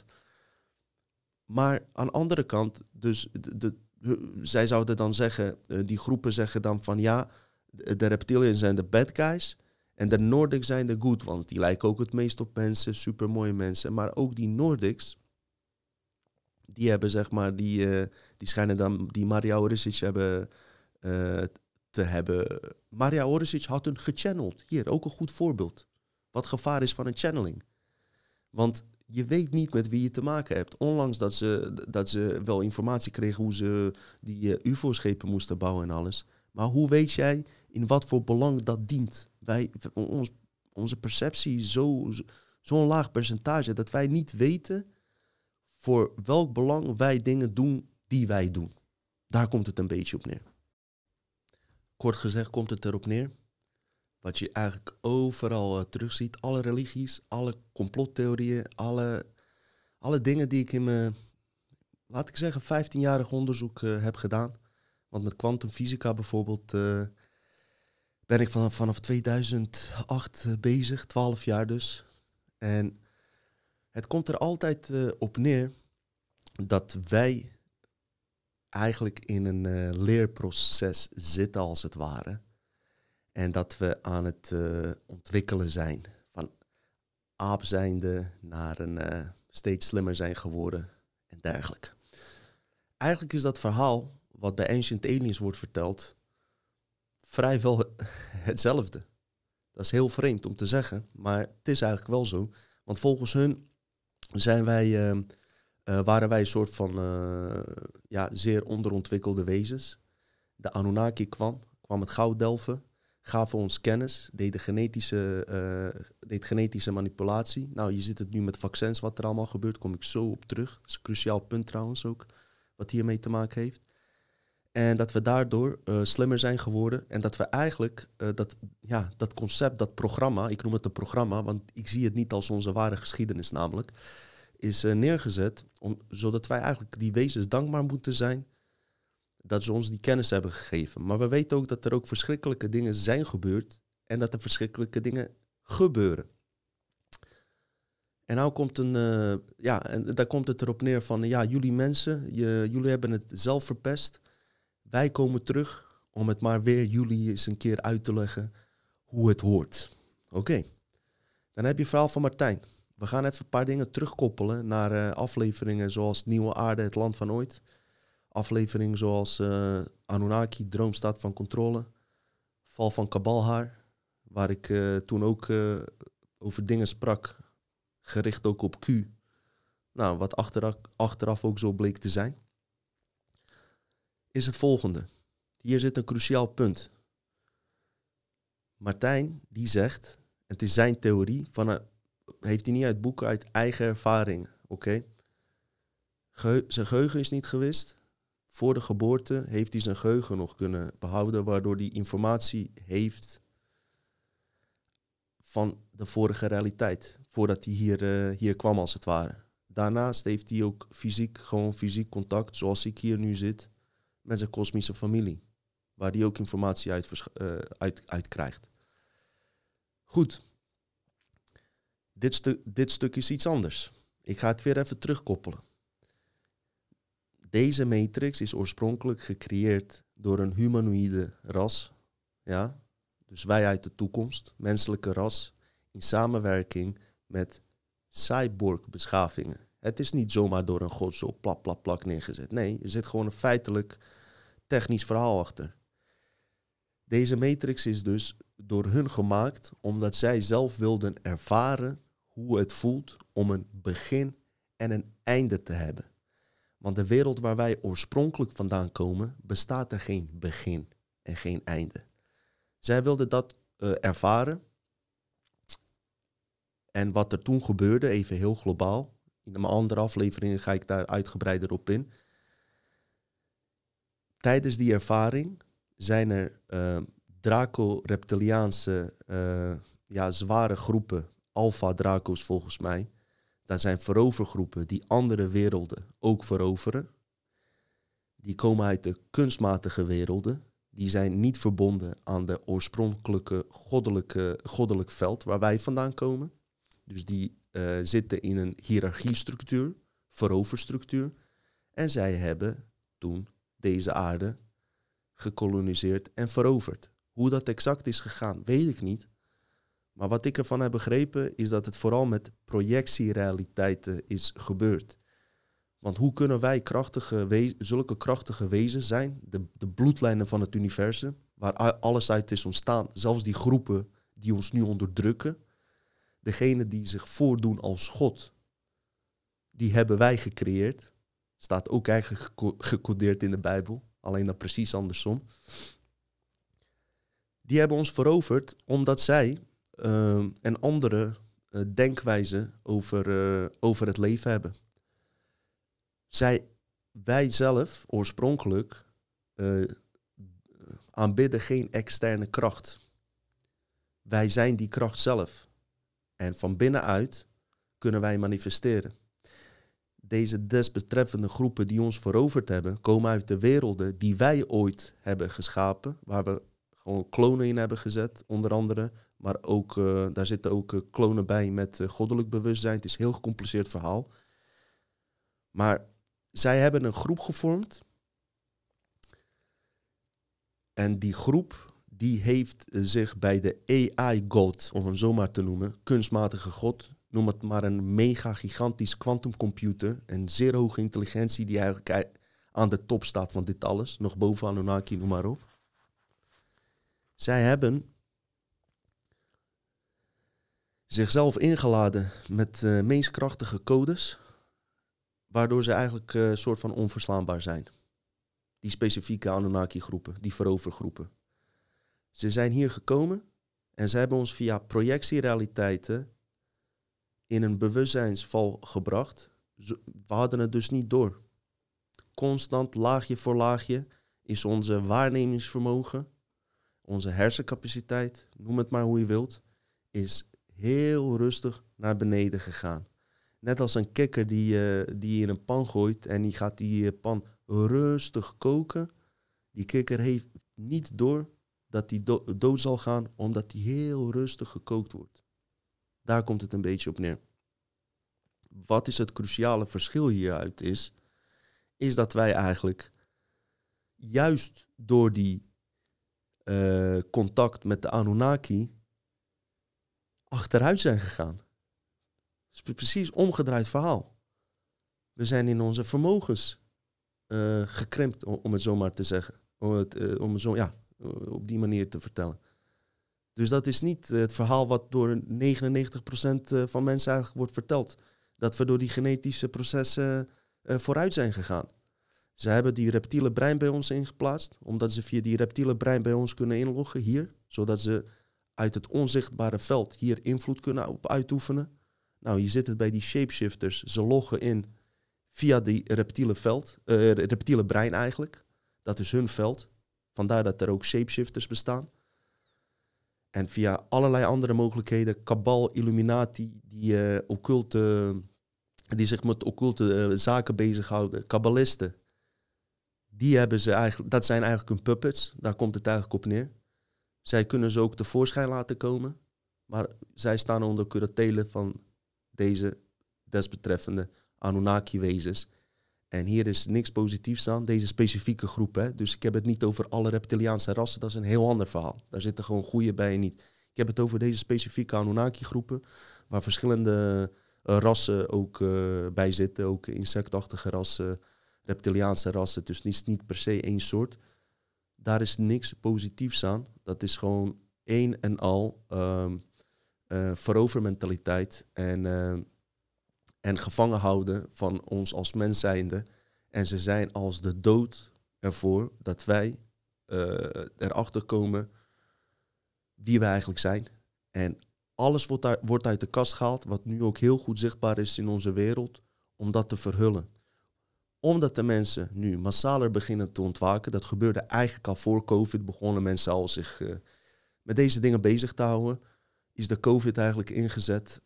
Maar aan de andere kant, dus zij zouden dan zeggen, die groepen zeggen dan van ja, de reptilians zijn de bad guys en de Nordics zijn de good ones. Die lijken ook het meest op mensen, supermooie mensen. Maar ook die Nordics, die hebben zeg maar, die schijnen dan die Maria Orisic hebben te hebben. Maria Orisic had hun gechanneld. Hier, ook een goed voorbeeld. Wat gevaar is van een channeling. Want je weet niet met wie je te maken hebt. Ondanks dat ze wel informatie kregen hoe ze die UFO-schepen moesten bouwen en alles. Maar hoe weet jij in wat voor belang dat dient? Onze perceptie is zo'n laag percentage dat wij niet weten voor welk belang wij dingen doen die wij doen. Daar komt het een beetje op neer. Kort gezegd komt het erop neer. Wat je eigenlijk overal terugziet. Alle religies, alle complottheorieën, alle dingen die ik in mijn, laat ik zeggen, 15-jarig onderzoek heb gedaan. Want met kwantumfysica bijvoorbeeld ben ik vanaf 2008 bezig, 12 jaar dus. En het komt er altijd op neer dat wij eigenlijk in een leerproces zitten als het ware. En dat we aan het ontwikkelen zijn. Van aap zijnde naar een steeds slimmer zijn geworden en dergelijke. Eigenlijk is dat verhaal wat bij Ancient Aliens wordt verteld vrijwel hetzelfde. Dat is heel vreemd om te zeggen, maar het is eigenlijk wel zo. Want volgens hun zijn wij waren wij een soort van zeer onderontwikkelde wezens. De Anunnaki kwam het goud delven, gaven ons kennis, deed genetische manipulatie. Nou, je ziet het nu met vaccins, wat er allemaal gebeurt, kom ik zo op terug. Dat is een cruciaal punt trouwens ook, wat hiermee te maken heeft. En dat we daardoor slimmer zijn geworden. En dat we eigenlijk dat concept, dat programma, ik noem het een programma, want ik zie het niet als onze ware geschiedenis namelijk, is neergezet, zodat wij eigenlijk die wezens dankbaar moeten zijn dat ze ons die kennis hebben gegeven. Maar we weten ook dat er ook verschrikkelijke dingen zijn gebeurd en dat er verschrikkelijke dingen gebeuren. En nou komt en daar komt het erop neer van, jullie mensen, jullie hebben het zelf verpest. Wij komen terug om het maar weer jullie eens een keer uit te leggen hoe het hoort. Oké. Dan heb je het verhaal van Martijn. We gaan even een paar dingen terugkoppelen naar afleveringen zoals Nieuwe Aarde, Het Land van Ooit. Afleveringen zoals Anunnaki, Droomstaat van Controle. Val van Kabalhaar, waar ik toen ook over dingen sprak, gericht ook op Q. Nou, wat achteraf ook zo bleek te zijn. Is het volgende. Hier zit een cruciaal punt. Martijn, die zegt, het is zijn theorie, heeft hij niet uit boeken, uit eigen ervaringen. Oké? Zijn geheugen is niet gewist. Voor de geboorte heeft hij zijn geheugen nog kunnen behouden, waardoor hij informatie heeft van de vorige realiteit, voordat hij hier kwam als het ware. Daarnaast heeft hij ook fysiek contact, zoals ik hier nu zit, met zijn kosmische familie, waar hij ook informatie uit krijgt. Goed. Dit stuk is iets anders. Ik ga het weer even terugkoppelen. Deze matrix is oorspronkelijk gecreëerd door een humanoïde ras. Ja? Dus wij uit de toekomst, menselijke ras, in samenwerking met cyborg-beschavingen. Het is niet zomaar door een god zo plak neergezet. Nee, er zit gewoon een feitelijk technisch verhaal achter. Deze matrix is dus door hun gemaakt omdat zij zelf wilden ervaren hoe het voelt om een begin en een einde te hebben. Want de wereld waar wij oorspronkelijk vandaan komen, bestaat er geen begin en geen einde. Zij wilden dat ervaren. En wat er toen gebeurde, even heel globaal. In mijn andere afleveringen ga ik daar uitgebreider op in. Tijdens die ervaring zijn er Draco-reptiliaanse zware groepen, Alpha-Draco's volgens mij. Daar zijn verovergroepen die andere werelden ook veroveren. Die komen uit de kunstmatige werelden. Die zijn niet verbonden aan de oorspronkelijke goddelijk veld waar wij vandaan komen. Dus die zitten in een hiërarchiestructuur, veroverstructuur. En zij hebben toen deze aarde gekoloniseerd en veroverd. Hoe dat exact is gegaan, weet ik niet. Maar wat ik ervan heb begrepen is dat het vooral met projectierealiteiten is gebeurd. Want hoe kunnen wij zulke krachtige wezens zijn, de bloedlijnen van het universum, waar alles uit is ontstaan, zelfs die groepen die ons nu onderdrukken, degene die zich voordoen als God, die hebben wij gecreëerd. Staat ook eigenlijk gecodeerd in de Bijbel, alleen dan precies andersom. Die hebben ons veroverd omdat zij een andere denkwijze over het leven hebben. Wij zelf oorspronkelijk aanbidden geen externe kracht. Wij zijn die kracht zelf. En van binnenuit kunnen wij manifesteren. Deze desbetreffende groepen die ons veroverd hebben, komen uit de werelden die wij ooit hebben geschapen, waar we gewoon klonen in hebben gezet, onder andere. Maar ook, daar zitten ook klonen bij met goddelijk bewustzijn. Het is een heel gecompliceerd verhaal. Maar zij hebben een groep gevormd. En die groep die heeft zich bij de AI-god, om hem zo maar te noemen, kunstmatige god, noem het maar een mega gigantisch quantumcomputer, een zeer hoge intelligentie die eigenlijk aan de top staat van dit alles, nog boven Anunnaki, noem maar op. Zij hebben zichzelf ingeladen met meest krachtige codes, waardoor ze eigenlijk een soort van onverslaanbaar zijn. Die specifieke Anunnaki-groepen, die verovergroepen. Ze zijn hier gekomen en ze hebben ons via projectierealiteiten in een bewustzijnsval gebracht. We hadden het dus niet door. Constant, laagje voor laagje, is onze waarnemingsvermogen, onze hersencapaciteit, noem het maar hoe je wilt, is heel rustig naar beneden gegaan. Net als een kikker die je in een pan gooit en die gaat die pan rustig koken. Die kikker heeft niet door dat die dood zal gaan, omdat die heel rustig gekookt wordt. Daar komt het een beetje op neer. Wat is het cruciale verschil hieruit is dat wij eigenlijk juist door die contact met de Anunnaki achteruit zijn gegaan. Het is precies omgedraaid verhaal. We zijn in onze vermogens gekrimpt, om het zo maar te zeggen. Om het zo, op die manier te vertellen. Dus dat is niet het verhaal wat door 99% van mensen eigenlijk wordt verteld. Dat we door die genetische processen vooruit zijn gegaan. Ze hebben die reptiele brein bij ons ingeplaatst, omdat ze via die reptiele brein bij ons kunnen inloggen hier, zodat ze uit het onzichtbare veld hier invloed kunnen op uitoefenen. Nou, je zit het bij die shapeshifters. Ze loggen in via die reptiele brein eigenlijk. Dat is hun veld. Vandaar dat er ook shapeshifters bestaan. En via allerlei andere mogelijkheden, Kabal, Illuminati, die zich met occulte zaken bezighouden, kabbalisten, die hebben ze eigenlijk, dat zijn eigenlijk hun puppets. Daar komt het eigenlijk op neer. Zij kunnen ze ook tevoorschijn laten komen, maar zij staan onder curatele van deze desbetreffende Anunnaki-wezens. En hier is niks positiefs aan, deze specifieke groep. Hè? Dus ik heb het niet over alle reptiliaanse rassen, dat is een heel ander verhaal. Daar zitten gewoon goede bij en niet. Ik heb het over deze specifieke Anunnaki-groepen, waar verschillende rassen ook bij zitten. Ook insectachtige rassen, reptiliaanse rassen. Dus niet per se één soort. Daar is niks positiefs aan. Dat is gewoon één en al verovermentaliteit en gevangen houden van ons als mens zijnde. En ze zijn als de dood ervoor dat wij erachter komen wie wij eigenlijk zijn. En alles wordt uit de kast gehaald, wat nu ook heel goed zichtbaar is in onze wereld, om dat te verhullen. Omdat de mensen nu massaler beginnen te ontwaken, dat gebeurde eigenlijk al voor COVID, begonnen mensen al zich met deze dingen bezig te houden, is de COVID eigenlijk ingezet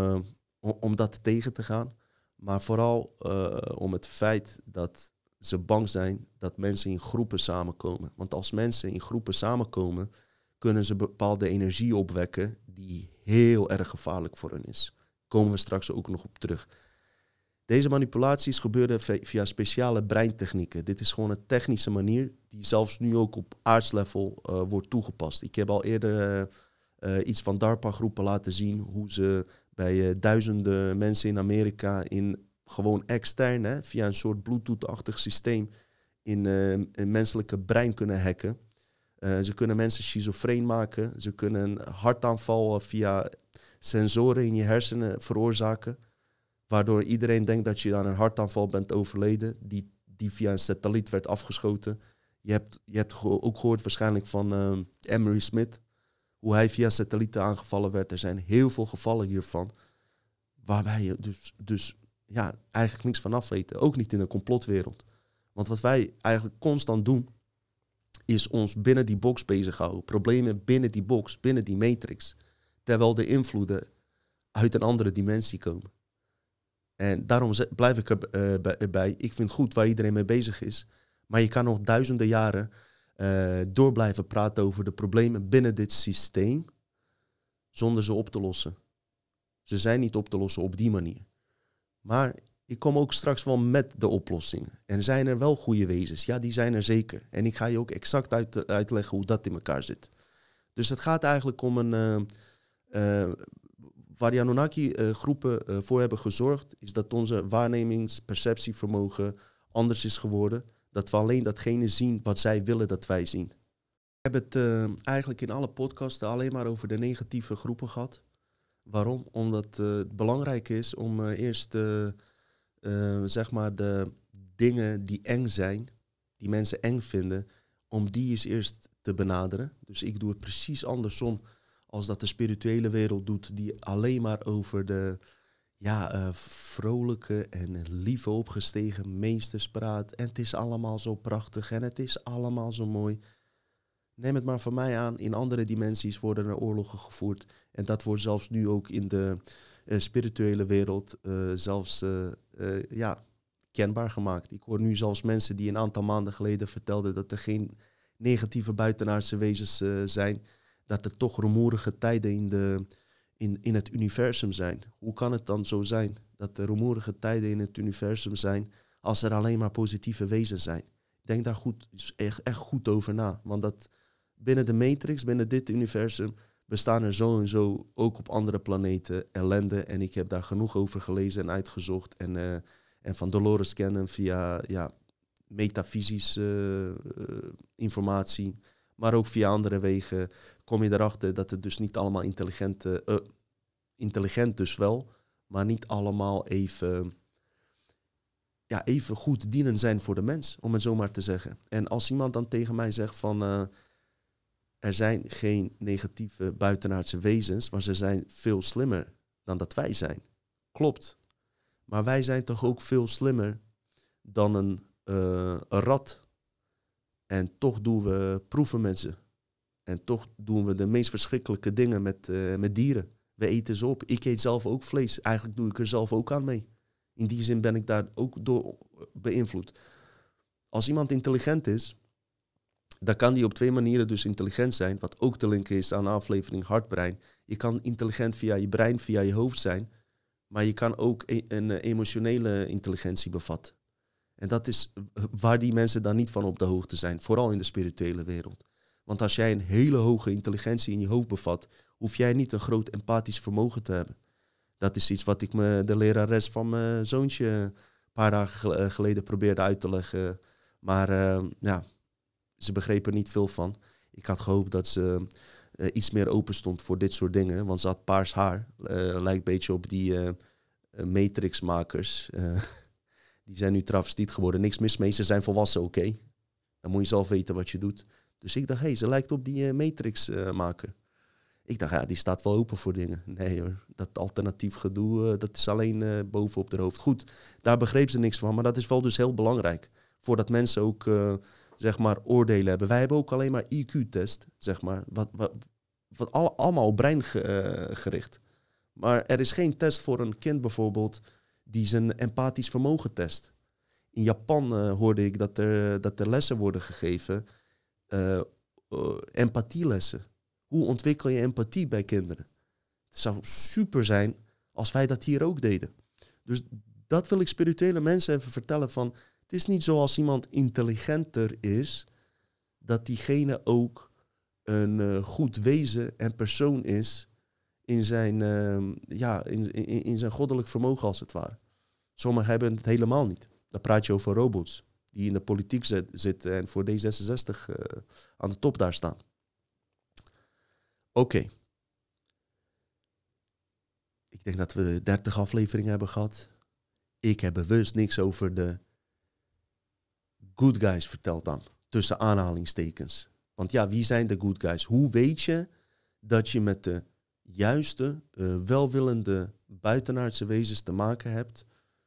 om dat tegen te gaan. Maar vooral om het feit dat ze bang zijn dat mensen in groepen samenkomen. Want als mensen in groepen samenkomen, kunnen ze bepaalde energie opwekken die heel erg gevaarlijk voor hen is. Daar komen we straks ook nog op terug. Deze manipulaties gebeuren via speciale breintechnieken. Dit is gewoon een technische manier die zelfs nu ook op aardslevel wordt toegepast. Ik heb al eerder iets van DARPA-groepen laten zien, hoe ze bij duizenden mensen in Amerika gewoon extern, via een soort Bluetooth-achtig systeem in een menselijke brein kunnen hacken. Ze kunnen mensen schizofreen maken. Ze kunnen een hartaanval via sensoren in je hersenen veroorzaken, waardoor iedereen denkt dat je aan een hartaanval bent overleden, die via een satelliet werd afgeschoten. Je hebt ook gehoord waarschijnlijk van Emery Smith, hoe hij via satellieten aangevallen werd. Er zijn heel veel gevallen hiervan, waar je dus eigenlijk niks van af weten. Ook niet in de complotwereld. Want wat wij eigenlijk constant doen, is ons binnen die box bezighouden. Problemen binnen die box, binnen die matrix. Terwijl de invloeden uit een andere dimensie komen. En daarom blijf ik erbij. Ik vind het goed waar iedereen mee bezig is. Maar je kan nog duizenden jaren door blijven praten over de problemen binnen dit systeem, zonder ze op te lossen. Ze zijn niet op te lossen op die manier. Maar ik kom ook straks wel met de oplossingen. En zijn er wel goede wezens? Ja, die zijn er zeker. En ik ga je ook exact uitleggen hoe dat in elkaar zit. Dus het gaat eigenlijk om waar die Anunnaki-groepen voor hebben gezorgd, is dat onze waarnemings-perceptievermogen anders is geworden. Dat we alleen datgene zien wat zij willen dat wij zien. Ik heb het eigenlijk in alle podcasten alleen maar over de negatieve groepen gehad. Waarom? Omdat het belangrijk is om eerst zeg maar de dingen die eng zijn, die mensen eng vinden, om die eens eerst te benaderen. Dus ik doe het precies andersom als dat de spirituele wereld doet, die alleen maar over de vrolijke en lieve opgestegen meesters praat. En het is allemaal zo prachtig en het is allemaal zo mooi. Neem het maar van mij aan, in andere dimensies worden er oorlogen gevoerd. En dat wordt zelfs nu ook in de spirituele wereld kenbaar gemaakt. Ik hoor nu zelfs mensen die een aantal maanden geleden vertelden dat er geen negatieve buitenaardse wezens zijn. Dat er toch rumoerige tijden in het universum zijn. Hoe kan het dan zo zijn dat er rumoerige tijden in het universum zijn als er alleen maar positieve wezens zijn? Denk daar echt goed over na. Want dat binnen de Matrix, binnen dit universum, bestaan er zo en zo ook op andere planeten ellende. En ik heb daar genoeg over gelezen en uitgezocht. En van Dolores Cannon via metafysische informatie, maar ook via andere wegen kom je erachter dat het dus niet allemaal intelligent dus wel, maar niet allemaal even goed dienen zijn voor de mens, om het zo maar te zeggen. En als iemand dan tegen mij zegt van er zijn geen negatieve buitenaardse wezens, maar ze zijn veel slimmer dan dat wij zijn. Klopt. Maar wij zijn toch ook veel slimmer dan een rat. En toch doen we proeven met ze. En toch doen we de meest verschrikkelijke dingen met dieren. We eten ze op. Ik eet zelf ook vlees. Eigenlijk doe ik er zelf ook aan mee. In die zin ben ik daar ook door beïnvloed. Als iemand intelligent is, dan kan die op 2 manieren dus intelligent zijn. Wat ook te linken is aan de aflevering hart-brein. Je kan intelligent via je brein, via je hoofd zijn. Maar je kan ook een emotionele intelligentie bevatten. En dat is waar die mensen dan niet van op de hoogte zijn. Vooral in de spirituele wereld. Want als jij een hele hoge intelligentie in je hoofd bevat, hoef jij niet een groot empathisch vermogen te hebben. Dat is iets wat ik de lerares van mijn zoontje een paar dagen geleden probeerde uit te leggen. Maar ze begreep er niet veel van. Ik had gehoopt dat ze iets meer open stond voor dit soort dingen. Want ze had paars haar. Lijkt een beetje op die Matrix-makers. Die zijn nu travestiet geworden. Niks mis mee, ze zijn volwassen, oké. Dan moet je zelf weten wat je doet. Dus ik dacht, ze lijkt op die Matrix-maker. Ik dacht, die staat wel open voor dingen. Nee hoor, dat alternatief gedoe, dat is alleen bovenop de hoofd. Goed, daar begreep ze niks van, maar dat is wel dus heel belangrijk. Voordat mensen ook, oordelen hebben. Wij hebben ook alleen maar IQ-test, zeg maar. Wat allemaal op brein gericht. Maar er is geen test voor een kind bijvoorbeeld die zijn empathisch vermogen test. In Japan hoorde ik dat er lessen worden gegeven. Empathielessen. Hoe ontwikkel je empathie bij kinderen? Het zou super zijn als wij dat hier ook deden. Dus dat wil ik spirituele mensen even vertellen van, het is niet zo als iemand intelligenter is, dat diegene ook een goed wezen en persoon is in zijn, in zijn goddelijk vermogen als het ware. Sommigen hebben het helemaal niet. Dan praat je over robots die in de politiek zitten en voor D66 aan de top daar staan. Oké. Ik denk dat we 30 afleveringen hebben gehad. Ik heb bewust niks over de good guys verteld dan. Tussen aanhalingstekens. Want ja, wie zijn de good guys? Hoe weet je dat je met de juiste, welwillende buitenaardse wezens te maken hebt,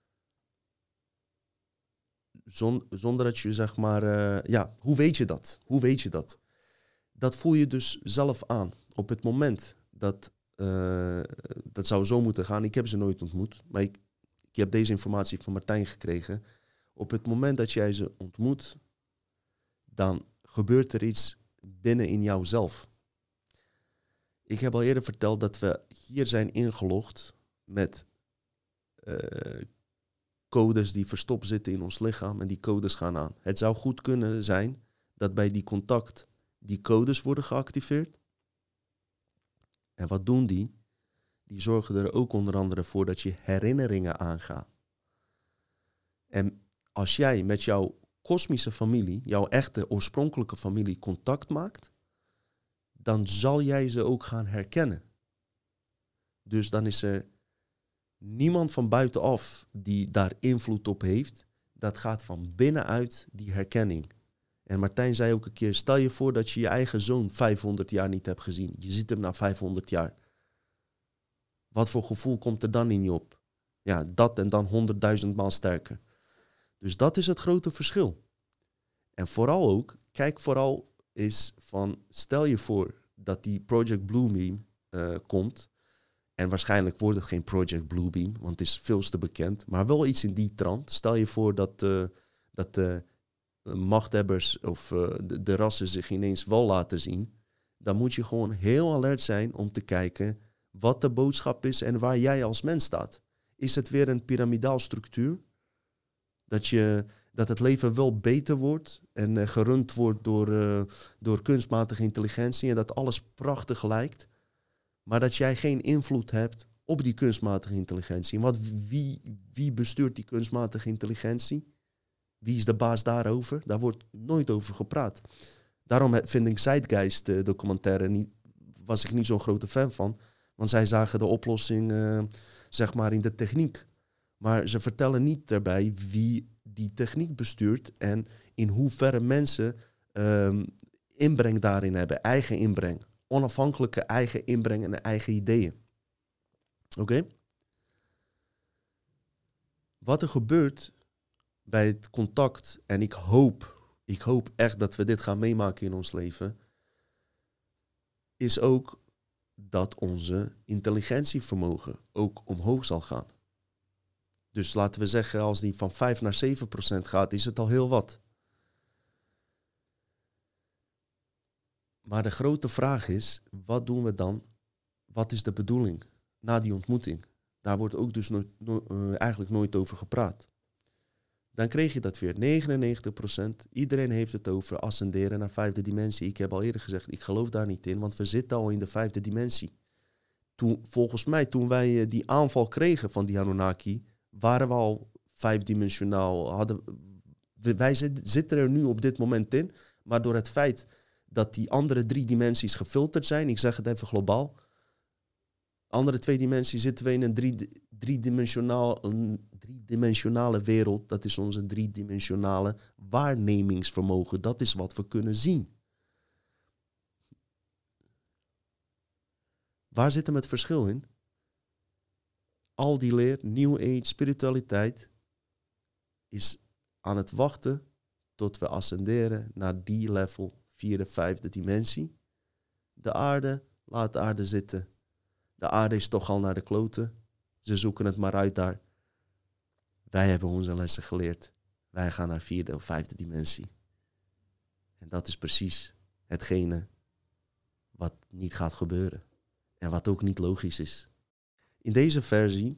zonder dat je hoe weet je dat? Hoe weet je dat? Dat voel je dus zelf aan. Op het moment dat zou zo moeten gaan. Ik heb ze nooit ontmoet, maar ik heb deze informatie van Martijn gekregen. Op het moment dat jij ze ontmoet, dan gebeurt er iets binnen in jouzelf. Ik heb al eerder verteld dat we hier zijn ingelogd met codes die verstopt zitten in ons lichaam en die codes gaan aan. Het zou goed kunnen zijn dat bij die contact die codes worden geactiveerd. En wat doen die? Die zorgen er ook onder andere voor dat je herinneringen aangaan. En als jij met jouw kosmische familie, jouw echte oorspronkelijke familie contact maakt, dan zal jij ze ook gaan herkennen. Dus dan is er niemand van buitenaf die daar invloed op heeft. Dat gaat van binnenuit die herkenning. En Martijn zei ook een keer, stel je voor dat je je eigen zoon 500 jaar niet hebt gezien. Je ziet hem na 500 jaar. Wat voor gevoel komt er dan in je op? Ja, dat en dan 100.000 maal sterker. Dus dat is het grote verschil. En vooral ook, kijk vooral eens van, stel je voor dat die Project Bluebeam komt. En waarschijnlijk wordt het geen Project Bluebeam, want het is veel te bekend. Maar wel iets in die trant. Stel je voor dat de machthebbers of de rassen zich ineens wel laten zien. Dan moet je gewoon heel alert zijn om te kijken wat de boodschap is en waar jij als mens staat. Is het weer een piramidaal structuur? Dat het leven wel beter wordt en gerund wordt door kunstmatige intelligentie en dat alles prachtig lijkt, maar dat jij geen invloed hebt op die kunstmatige intelligentie. Want wie bestuurt die kunstmatige intelligentie? Wie is de baas daarover? Daar wordt nooit over gepraat. Daarom vind ik Zeitgeist documentaire was ik niet zo'n grote fan van. Want zij zagen de oplossing zeg maar in de techniek. Maar ze vertellen niet daarbij wie die techniek bestuurt en in hoeverre mensen inbreng daarin hebben. Eigen inbreng. Onafhankelijke eigen inbreng en eigen ideeën. Oké? Wat er gebeurt bij het contact, en ik hoop echt dat we dit gaan meemaken in ons leven, is ook dat onze intelligentievermogen ook omhoog zal gaan. Dus laten we zeggen, als die van 5 naar 7% gaat, is het al heel wat. Maar de grote vraag is, wat doen we dan? Wat is de bedoeling na die ontmoeting? Daar wordt ook dus eigenlijk nooit over gepraat. Dan kreeg je dat weer, 99%. Iedereen heeft het over ascenderen naar 5e dimensie. Ik heb al eerder gezegd, ik geloof daar niet in, want we zitten al in de 5e dimensie. Volgens mij, toen wij die aanval kregen van die Anunnaki, waren we al 5-dimensionaal. Wij zitten er nu op dit moment in, maar door het feit dat die andere 3 dimensies gefilterd zijn, ik zeg het even globaal, andere 2 dimensies zitten we in een driedimensionale wereld. Dat is onze 3-dimensionale waarnemingsvermogen. Dat is wat we kunnen zien. Waar zit hem het verschil in? Al die leer, New Age, spiritualiteit, is aan het wachten tot we ascenderen naar die level, 4e, 5e dimensie. De aarde, laat de aarde zitten. De aarde is toch al naar de kloten. Ze zoeken het maar uit daar. Wij hebben onze lessen geleerd. Wij gaan naar 4e of 5e dimensie. En dat is precies hetgene wat niet gaat gebeuren. En wat ook niet logisch is. In deze versie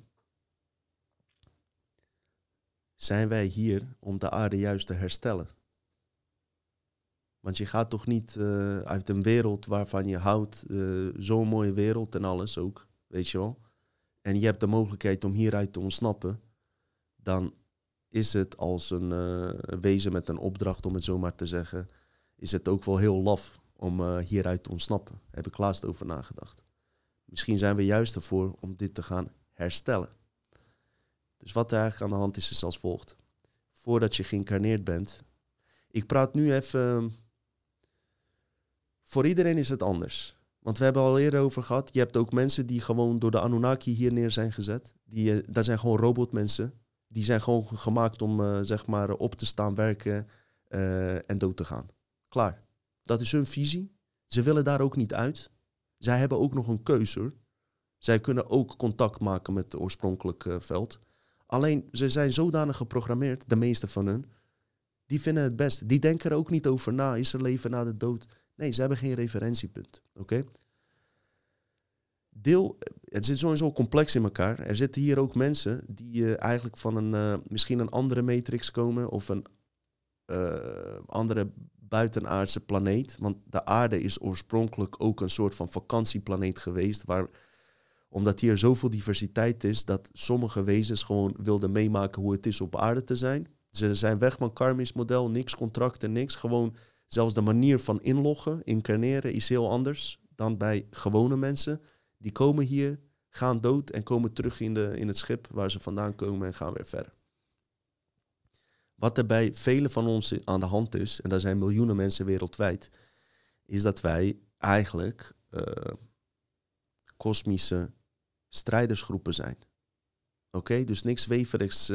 zijn wij hier om de aarde juist te herstellen. Want je gaat toch niet uit een wereld waarvan je houdt, zo'n mooie wereld en alles ook, weet je wel. En je hebt de mogelijkheid om hieruit te ontsnappen. Dan is het als een wezen met een opdracht, om het zo maar te zeggen, is het ook wel heel laf om hieruit te ontsnappen. Daar heb ik laatst over nagedacht. Misschien zijn we juist ervoor om dit te gaan herstellen. Dus wat er eigenlijk aan de hand is als volgt. Voordat je geïncarneerd bent. Ik praat nu even. Voor iedereen is het anders. Want we hebben al eerder over gehad. Je hebt ook mensen die gewoon door de Anunnaki hier neer zijn gezet. Dat zijn gewoon robotmensen. Die zijn gewoon gemaakt om zeg maar op te staan, werken en dood te gaan. Klaar. Dat is hun visie. Ze willen daar ook niet uit. Zij hebben ook nog een keuze, hoor. Zij kunnen ook contact maken met het oorspronkelijke veld. Alleen, ze zijn zodanig geprogrammeerd, de meeste van hun, die vinden het best. Die denken er ook niet over na. Is er leven na de dood? Nee, ze hebben geen referentiepunt. Oké? Het zit sowieso complex in elkaar. Er zitten hier ook mensen die eigenlijk van misschien een andere matrix komen of een andere buitenaardse planeet. Want de aarde is oorspronkelijk ook een soort van vakantieplaneet geweest, omdat hier zoveel diversiteit is, dat sommige wezens gewoon wilden meemaken hoe het is op aarde te zijn. Ze zijn weg van karmisch model, niks contracten, niks. Gewoon zelfs de manier van inloggen, incarneren is heel anders dan bij gewone mensen. Die komen hier, gaan dood en komen terug in het schip waar ze vandaan komen en gaan weer verder. Wat er bij velen van ons aan de hand is, en daar zijn miljoenen mensen wereldwijd, is dat wij eigenlijk kosmische strijdersgroepen zijn. Oké, dus niks weverigs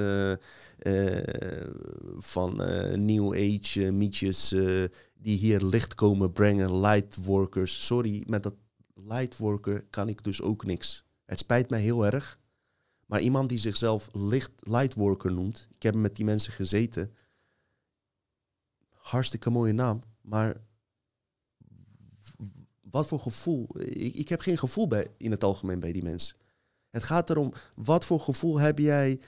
van New Age mietjes die hier licht komen brengen, lightworkers. Sorry, met dat lightworker kan ik dus ook niks. Het spijt mij heel erg. Maar iemand die zichzelf lightworker noemt, ik heb met die mensen gezeten. Hartstikke mooie naam, maar wat voor gevoel? Ik heb geen gevoel in het algemeen bij die mensen. Het gaat erom, wat voor gevoel heb jij,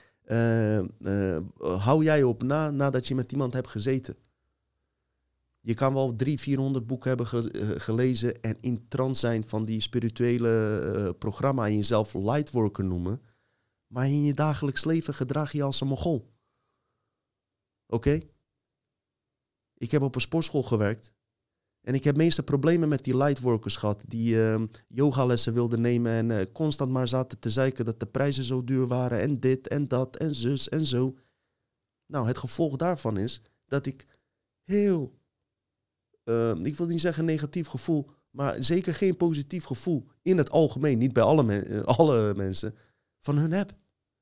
hou jij op nadat je met iemand hebt gezeten? Je kan wel 300-400 boeken hebben gelezen en in trance zijn van die spirituele programma en jezelf lightworker noemen. Maar in je dagelijks leven gedraag je als een Mongool. Oké? Ik heb op een sportschool gewerkt. En ik heb meeste problemen met die lightworkers gehad. Die yogalessen wilden nemen en constant maar zaten te zeiken dat de prijzen zo duur waren. En dit en dat en zus en zo. Nou, het gevolg daarvan is dat ik heel, ik wil niet zeggen negatief gevoel, maar zeker geen positief gevoel in het algemeen, niet bij alle mensen, van hun heb.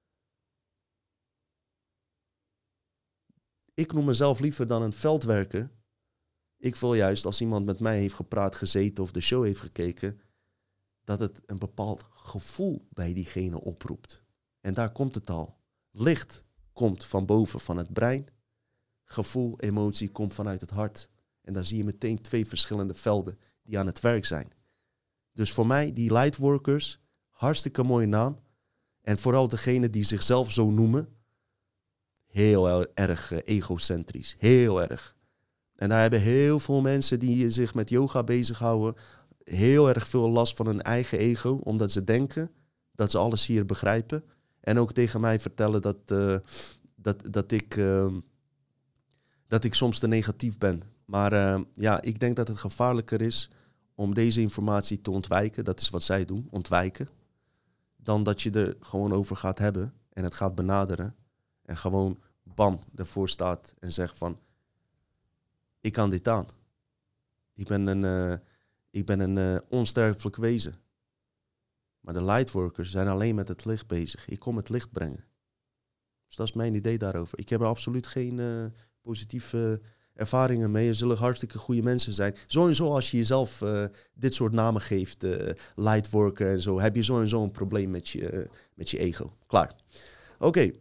Ik noem mezelf liever dan een veldwerker. Ik wil juist, als iemand met mij heeft gepraat, gezeten of de show heeft gekeken, dat het een bepaald gevoel bij diegene oproept. En daar komt het al. Licht komt van boven van het brein. Gevoel, emotie komt vanuit het hart. En daar zie je meteen 2 verschillende velden die aan het werk zijn. Dus voor mij, die lightworkers, hartstikke mooie naam. En vooral degene die zichzelf zo noemen, heel erg egocentrisch. Heel erg. En daar hebben heel veel mensen die zich met yoga bezighouden heel erg veel last van hun eigen ego, omdat ze denken dat ze alles hier begrijpen. En ook tegen mij vertellen dat ik soms te negatief ben. Maar ik denk dat het gevaarlijker is om deze informatie te ontwijken. Dat is wat zij doen, ontwijken. Dan dat je er gewoon over gaat hebben en het gaat benaderen. En gewoon bam, ervoor staat en zegt van, ik kan dit aan. Ik ben een onsterfelijk wezen. Maar de lightworkers zijn alleen met het licht bezig. Ik kom het licht brengen. Dus dat is mijn idee daarover. Ik heb er absoluut geen positieve ervaringen mee. Er zullen hartstikke goede mensen zijn. Zo en zo als je jezelf dit soort namen geeft, lightworker en zo, heb je zo en zo een probleem met je ego. Klaar. Oké.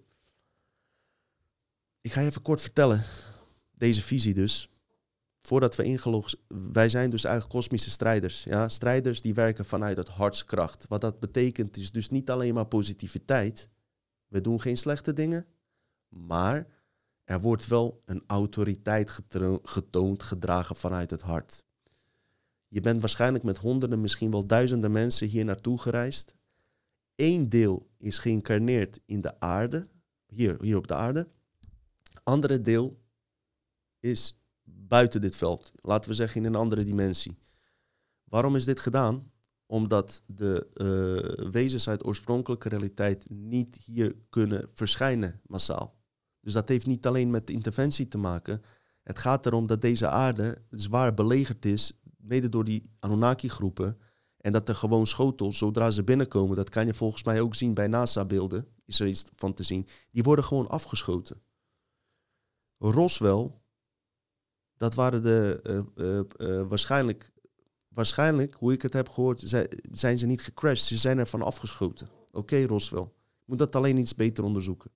Ik ga je even kort vertellen. Deze visie dus. Voordat we ingelogd... Wij zijn dus eigenlijk kosmische strijders. Ja? Strijders die werken vanuit het hartskracht. Wat dat betekent is dus niet alleen maar positiviteit. We doen geen slechte dingen. Maar er wordt wel een autoriteit getoond, gedragen vanuit het hart. Je bent waarschijnlijk met honderden, misschien wel duizenden mensen hier naartoe gereisd. 1 deel is geïncarneerd in de aarde. Hier op de aarde. Andere deel is buiten dit veld. Laten we zeggen in een andere dimensie. Waarom is dit gedaan? Omdat de wezens uit oorspronkelijke realiteit niet hier kunnen verschijnen massaal. Dus dat heeft niet alleen met de interventie te maken. Het gaat erom dat deze aarde zwaar belegerd is, mede door die Anunnaki-groepen. En dat er gewoon schotels, zodra ze binnenkomen, dat kan je volgens mij ook zien bij NASA-beelden, is er iets van te zien, die worden gewoon afgeschoten. Roswell, dat waren waarschijnlijk, hoe ik het heb gehoord, zijn ze niet gecrashed. Ze zijn ervan afgeschoten. Oké, Roswell. Ik moet dat alleen iets beter onderzoeken.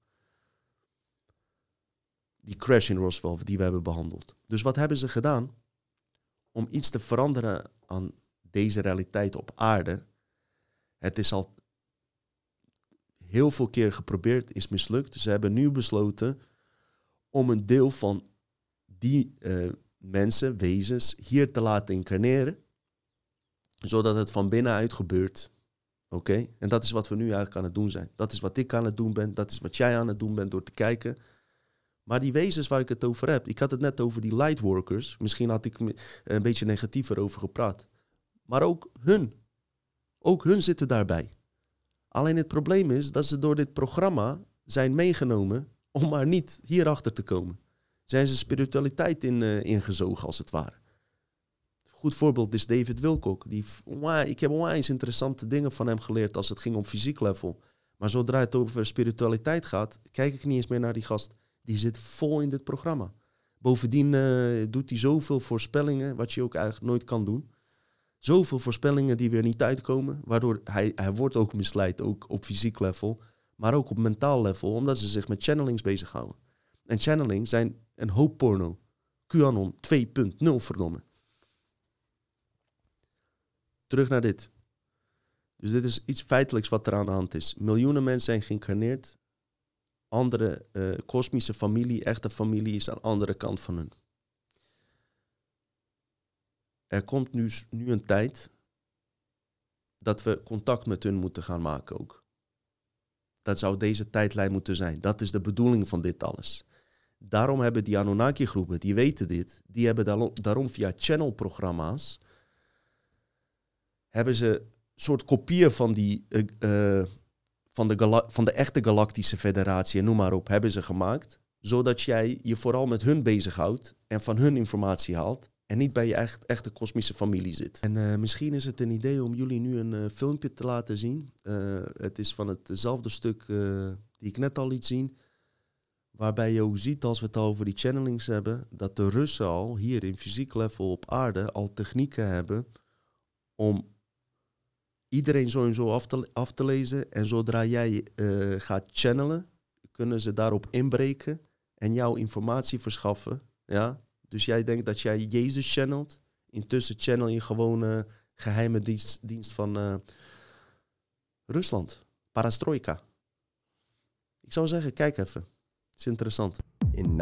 Die crash in Roswell, die we hebben behandeld. Dus wat hebben ze gedaan? Om iets te veranderen aan deze realiteit op aarde. Het is al heel veel keer geprobeerd, is mislukt. Ze hebben nu besloten om een deel van die mensen, wezens, hier te laten incarneren. Zodat het van binnenuit gebeurt. Oké? En dat is wat we nu eigenlijk aan het doen zijn. Dat is wat ik aan het doen ben. Dat is wat jij aan het doen bent door te kijken. Maar die wezens waar ik het over heb. Ik had het net over die lightworkers. Misschien had ik een beetje negatiever over gepraat. Maar ook hun. Ook hun zitten daarbij. Alleen het probleem is dat ze door dit programma zijn meegenomen om maar niet hierachter te komen. Zijn ze spiritualiteit ingezogen als het ware. Goed voorbeeld is David Wilcock. Ik heb onwijs interessante dingen van hem geleerd als het ging om fysiek level. Maar zodra het over spiritualiteit gaat, kijk ik niet eens meer naar die gast. Die zit vol in dit programma. Bovendien doet hij zoveel voorspellingen, wat je ook eigenlijk nooit kan doen. Zoveel voorspellingen die weer niet uitkomen, waardoor hij wordt ook misleid, ook op fysiek level, maar ook op mentaal level, omdat ze zich met channelings bezighouden. En channelings zijn een hoop porno. QAnon 2.0, verdomme. Terug naar dit. Dus dit is iets feitelijks wat er aan de hand is. Miljoenen mensen zijn geïncarneerd. Andere kosmische familie, echte familie, is aan de andere kant van hun. Er komt nu een tijd dat we contact met hun moeten gaan maken ook. Dat zou deze tijdlijn moeten zijn. Dat is de bedoeling van dit alles. Daarom hebben die Anunnaki-groepen, die weten dit, die hebben daarom via channelprogramma's, hebben ze een soort kopieën van van de echte galactische federatie en noem maar op, hebben ze gemaakt, zodat jij je vooral met hun bezighoudt en van hun informatie haalt en niet bij je echte kosmische familie zit. En misschien is het een idee om jullie nu een filmpje te laten zien. Het is van hetzelfde stuk die ik net al liet zien, waarbij je ook ziet, als we het al over die channelings hebben, dat de Russen al hier in fysiek level op aarde al technieken hebben om iedereen sowieso af te lezen. En zodra jij gaat channelen, kunnen ze daarop inbreken en jouw informatie verschaffen. Ja? Dus jij denkt dat jij Jezus channelt. Intussen channel je gewoon geheime dienst van Rusland. Parastroika. Ik zou zeggen, kijk even. Het is interessant. In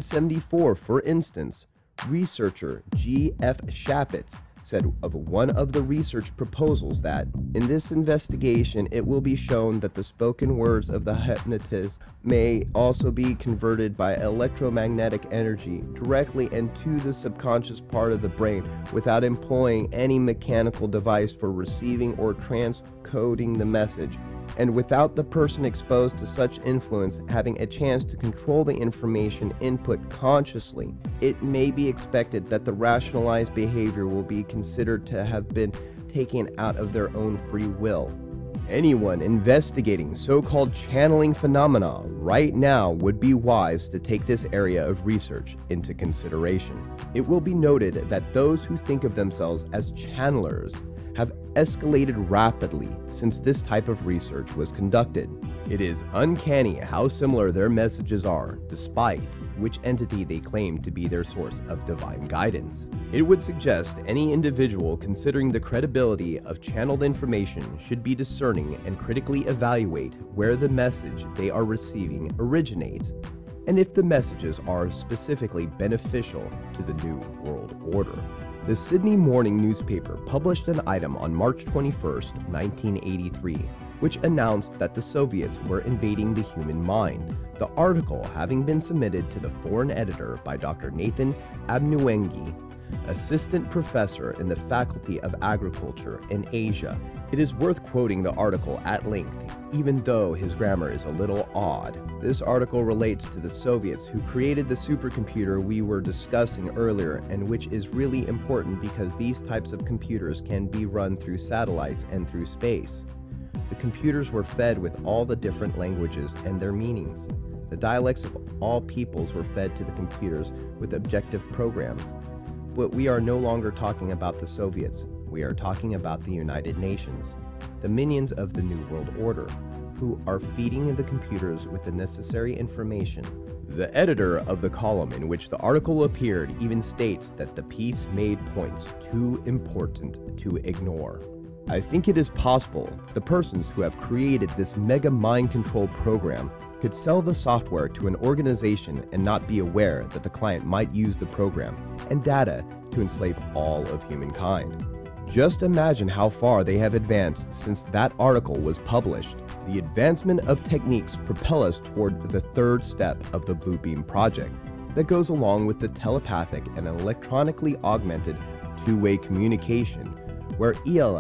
1974, for instance, researcher G.F. Shapitz said of one of the research proposals that, in this investigation, it will be shown that the spoken words of the hypnotist may also be converted by electromagnetic energy directly into the subconscious part of the brain without employing any mechanical device for receiving or transcoding the message, and without the person exposed to such influence having a chance to control the information input consciously. It may be expected that the rationalized behavior will be considered to have been taken out of their own free will. Anyone investigating so-called channeling phenomena right now would be wise to take this area of research into consideration. It will be noted that those who think of themselves as channelers have escalated rapidly since this type of research was conducted. It is uncanny how similar their messages are, despite which entity they claim to be their source of divine guidance. It would suggest any individual considering the credibility of channeled information should be discerning and critically evaluate where the message they are receiving originates, and if the messages are specifically beneficial to the New World Order. The Sydney Morning newspaper published an item on March 21st, 1983, which announced that the Soviets were invading the human mind, the article having been submitted to the foreign editor by Dr. Nathan Abnuengi, assistant professor in the Faculty of Agriculture in Asia. It is worth quoting the article at length, even though his grammar is a little odd. This article relates to the Soviets who created the supercomputer we were discussing earlier, and which is really important because these types of computers can be run through satellites and through space. The computers were fed with all the different languages and their meanings. The dialects of all peoples were fed to the computers with objective programs. But we are no longer talking about the Soviets. We are talking about the United Nations, the minions of the New World Order, who are feeding the computers with the necessary information. The editor of the column in which the article appeared even states that the piece made points too important to ignore. I think it is possible the persons who have created this mega mind control program could sell the software to an organization and not be aware that the client might use the program and data to enslave all of humankind. Just imagine how far they have advanced since that article was published. The advancement of techniques propel us toward the third step of the Bluebeam project that goes along with the telepathic and electronically augmented two-way communication, where ELF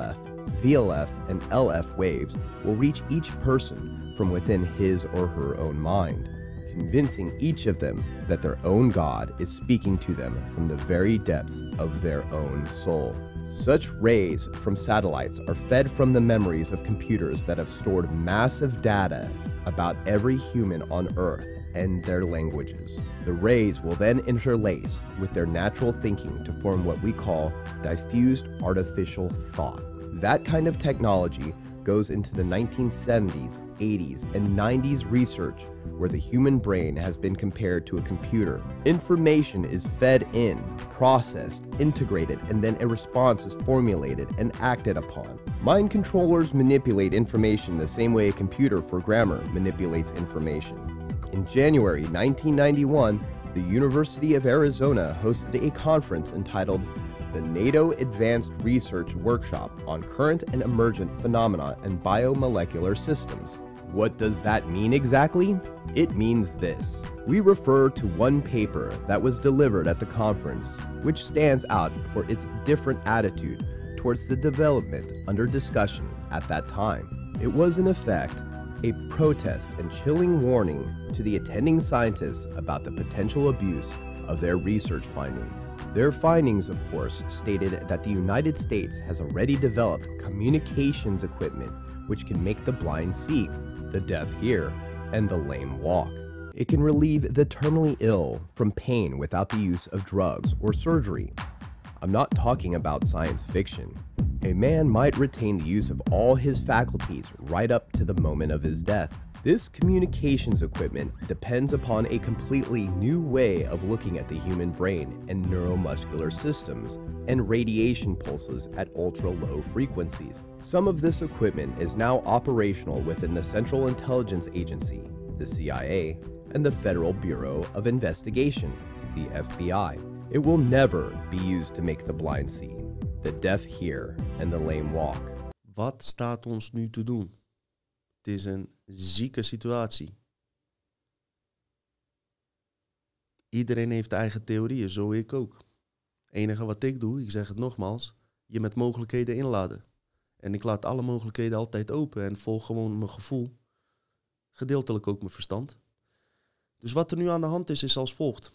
VLF, and LF waves will reach each person from within his or her own mind, convincing each of them that their own God is speaking to them from the very depths of their own soul. Such rays from satellites are fed from the memories of computers that have stored massive data about every human on Earth and their languages. The rays will then interlace with their natural thinking to form what we call diffused artificial thought. That kind of technology goes into the 1970s, 80s, and 90s research where the human brain has been compared to a computer. Information is fed in, processed, integrated, and then a response is formulated and acted upon. Mind controllers manipulate information the same way a computer for grammar manipulates information. In January 1991, the University of Arizona hosted a conference entitled the NATO Advanced Research Workshop on Current and Emergent Phenomena and Biomolecular Systems. What does that mean exactly? It means this. We refer to one paper that was delivered at the conference, which stands out for its different attitude towards the development under discussion at that time. It was in effect a protest and chilling warning to the attending scientists about the potential abuse of their research findings. Their findings, of course, stated that the United States has already developed communications equipment which can make the blind see, the deaf hear, and the lame walk. It can relieve the terminally ill from pain without the use of drugs or surgery. I'm not talking about science fiction. A man might retain the use of all his faculties right up to the moment of his death. This communications equipment depends upon a completely new way of looking at the human brain and neuromuscular systems and radiation pulses at ultra-low frequencies. Some of this equipment is now operational within the Central Intelligence Agency, the CIA, and the Federal Bureau of Investigation, the FBI. It will never be used to make the blind see, the deaf hear, and the lame walk. Wat staat ons nu te doen? Het is een zieke situatie. Iedereen heeft eigen theorieën, zo ik ook. Het enige wat ik doe, ik zeg het nogmaals, je met mogelijkheden inladen. En ik laat alle mogelijkheden altijd open en volg gewoon mijn gevoel. Gedeeltelijk ook mijn verstand. Dus wat er nu aan de hand is als volgt.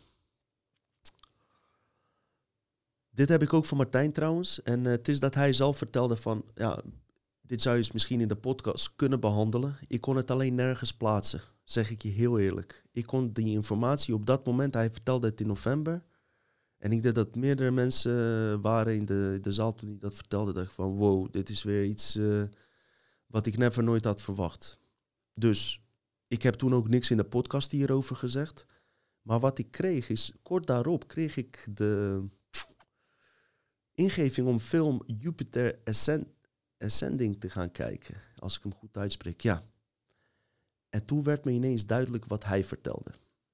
Dit heb ik ook van Martijn trouwens. En het is dat hij zelf vertelde van, ja, dit zou je misschien in de podcast kunnen behandelen. Ik kon het alleen nergens plaatsen, zeg ik je heel eerlijk. Ik kon die informatie op dat moment, hij vertelde het in november. En ik denk dat meerdere mensen waren in de zaal toen hij dat vertelde. Dacht ik van, wow, dit is weer iets wat ik nooit had verwacht. Dus ik heb toen ook niks in de podcast hierover gezegd. Maar wat ik kreeg is, kort daarop kreeg ik de ingeving om film Jupiter Ascending te gaan kijken. Als ik hem goed uitspreek, ja. En toen werd me ineens duidelijk wat hij vertelde.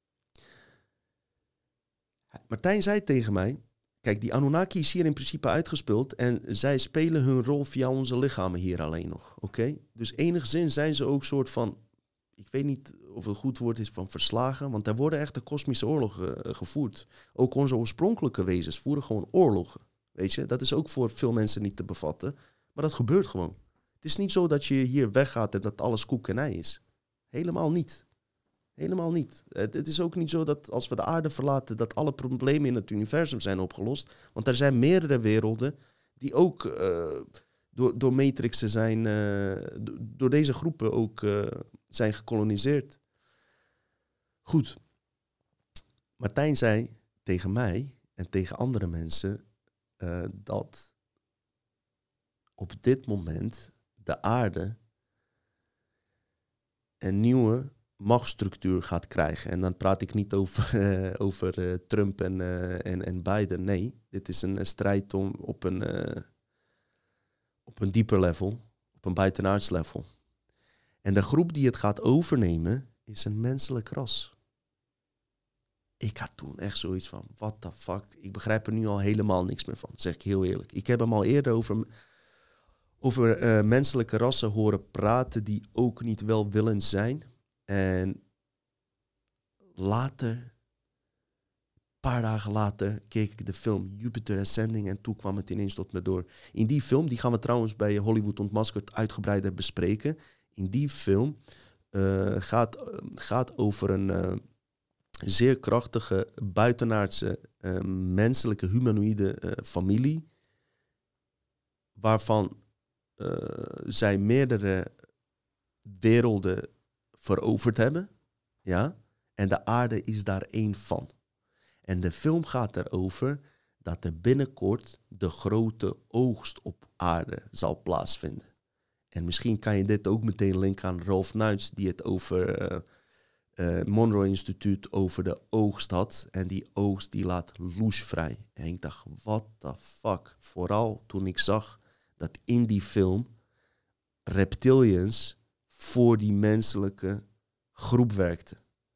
Martijn zei tegen mij, kijk, die Anunnaki is hier in principe uitgespeeld en zij spelen hun rol via onze lichamen hier alleen nog, oké? Dus enigszins zijn ze ook soort van, ik weet niet of het goed woord is van verslagen, want er worden echt de kosmische oorlogen gevoerd. Ook onze oorspronkelijke wezens voeren gewoon oorlogen, weet je? Dat is ook voor veel mensen niet te bevatten, maar dat gebeurt gewoon. Het is niet zo dat je hier weggaat en dat alles koek en ei is. Helemaal niet. Helemaal niet. Het is ook niet zo dat als we de aarde verlaten, dat alle problemen in het universum zijn opgelost. Want er zijn meerdere werelden die ook door matrixen zijn, door deze groepen ook zijn gekoloniseerd. Goed. Martijn zei tegen mij en tegen andere mensen dat op dit moment de aarde een nieuwe machtsstructuur gaat krijgen. En dan praat ik niet over Trump en Biden. Nee, dit is een strijd op een dieper level, op een buitenaards level. En de groep die het gaat overnemen is een menselijk ras. Ik had toen echt zoiets van, what the fuck? Ik begrijp er nu al helemaal niks meer van, zeg ik heel eerlijk. Ik heb hem al eerder over menselijke rassen horen praten die ook niet welwillend zijn. En later paar dagen later keek ik de film Jupiter Ascending en toen kwam het ineens tot me door. In die film, die gaan we trouwens bij Hollywood Ontmaskerd uitgebreider bespreken. In die film gaat over een zeer krachtige, buitenaardse, menselijke, humanoïde familie. Waarvan zij meerdere werelden veroverd hebben. Ja? En de aarde is daar één van. En de film gaat erover dat er binnenkort de grote oogst op aarde zal plaatsvinden. En misschien kan je dit ook meteen linken aan Rolf Nuits, die het over Monroe Instituut over de oogst had. En die oogst die laat loes vrij. En ik dacht, what the fuck? Vooral toen ik zag dat in die film reptilians voor die menselijke groep werkten.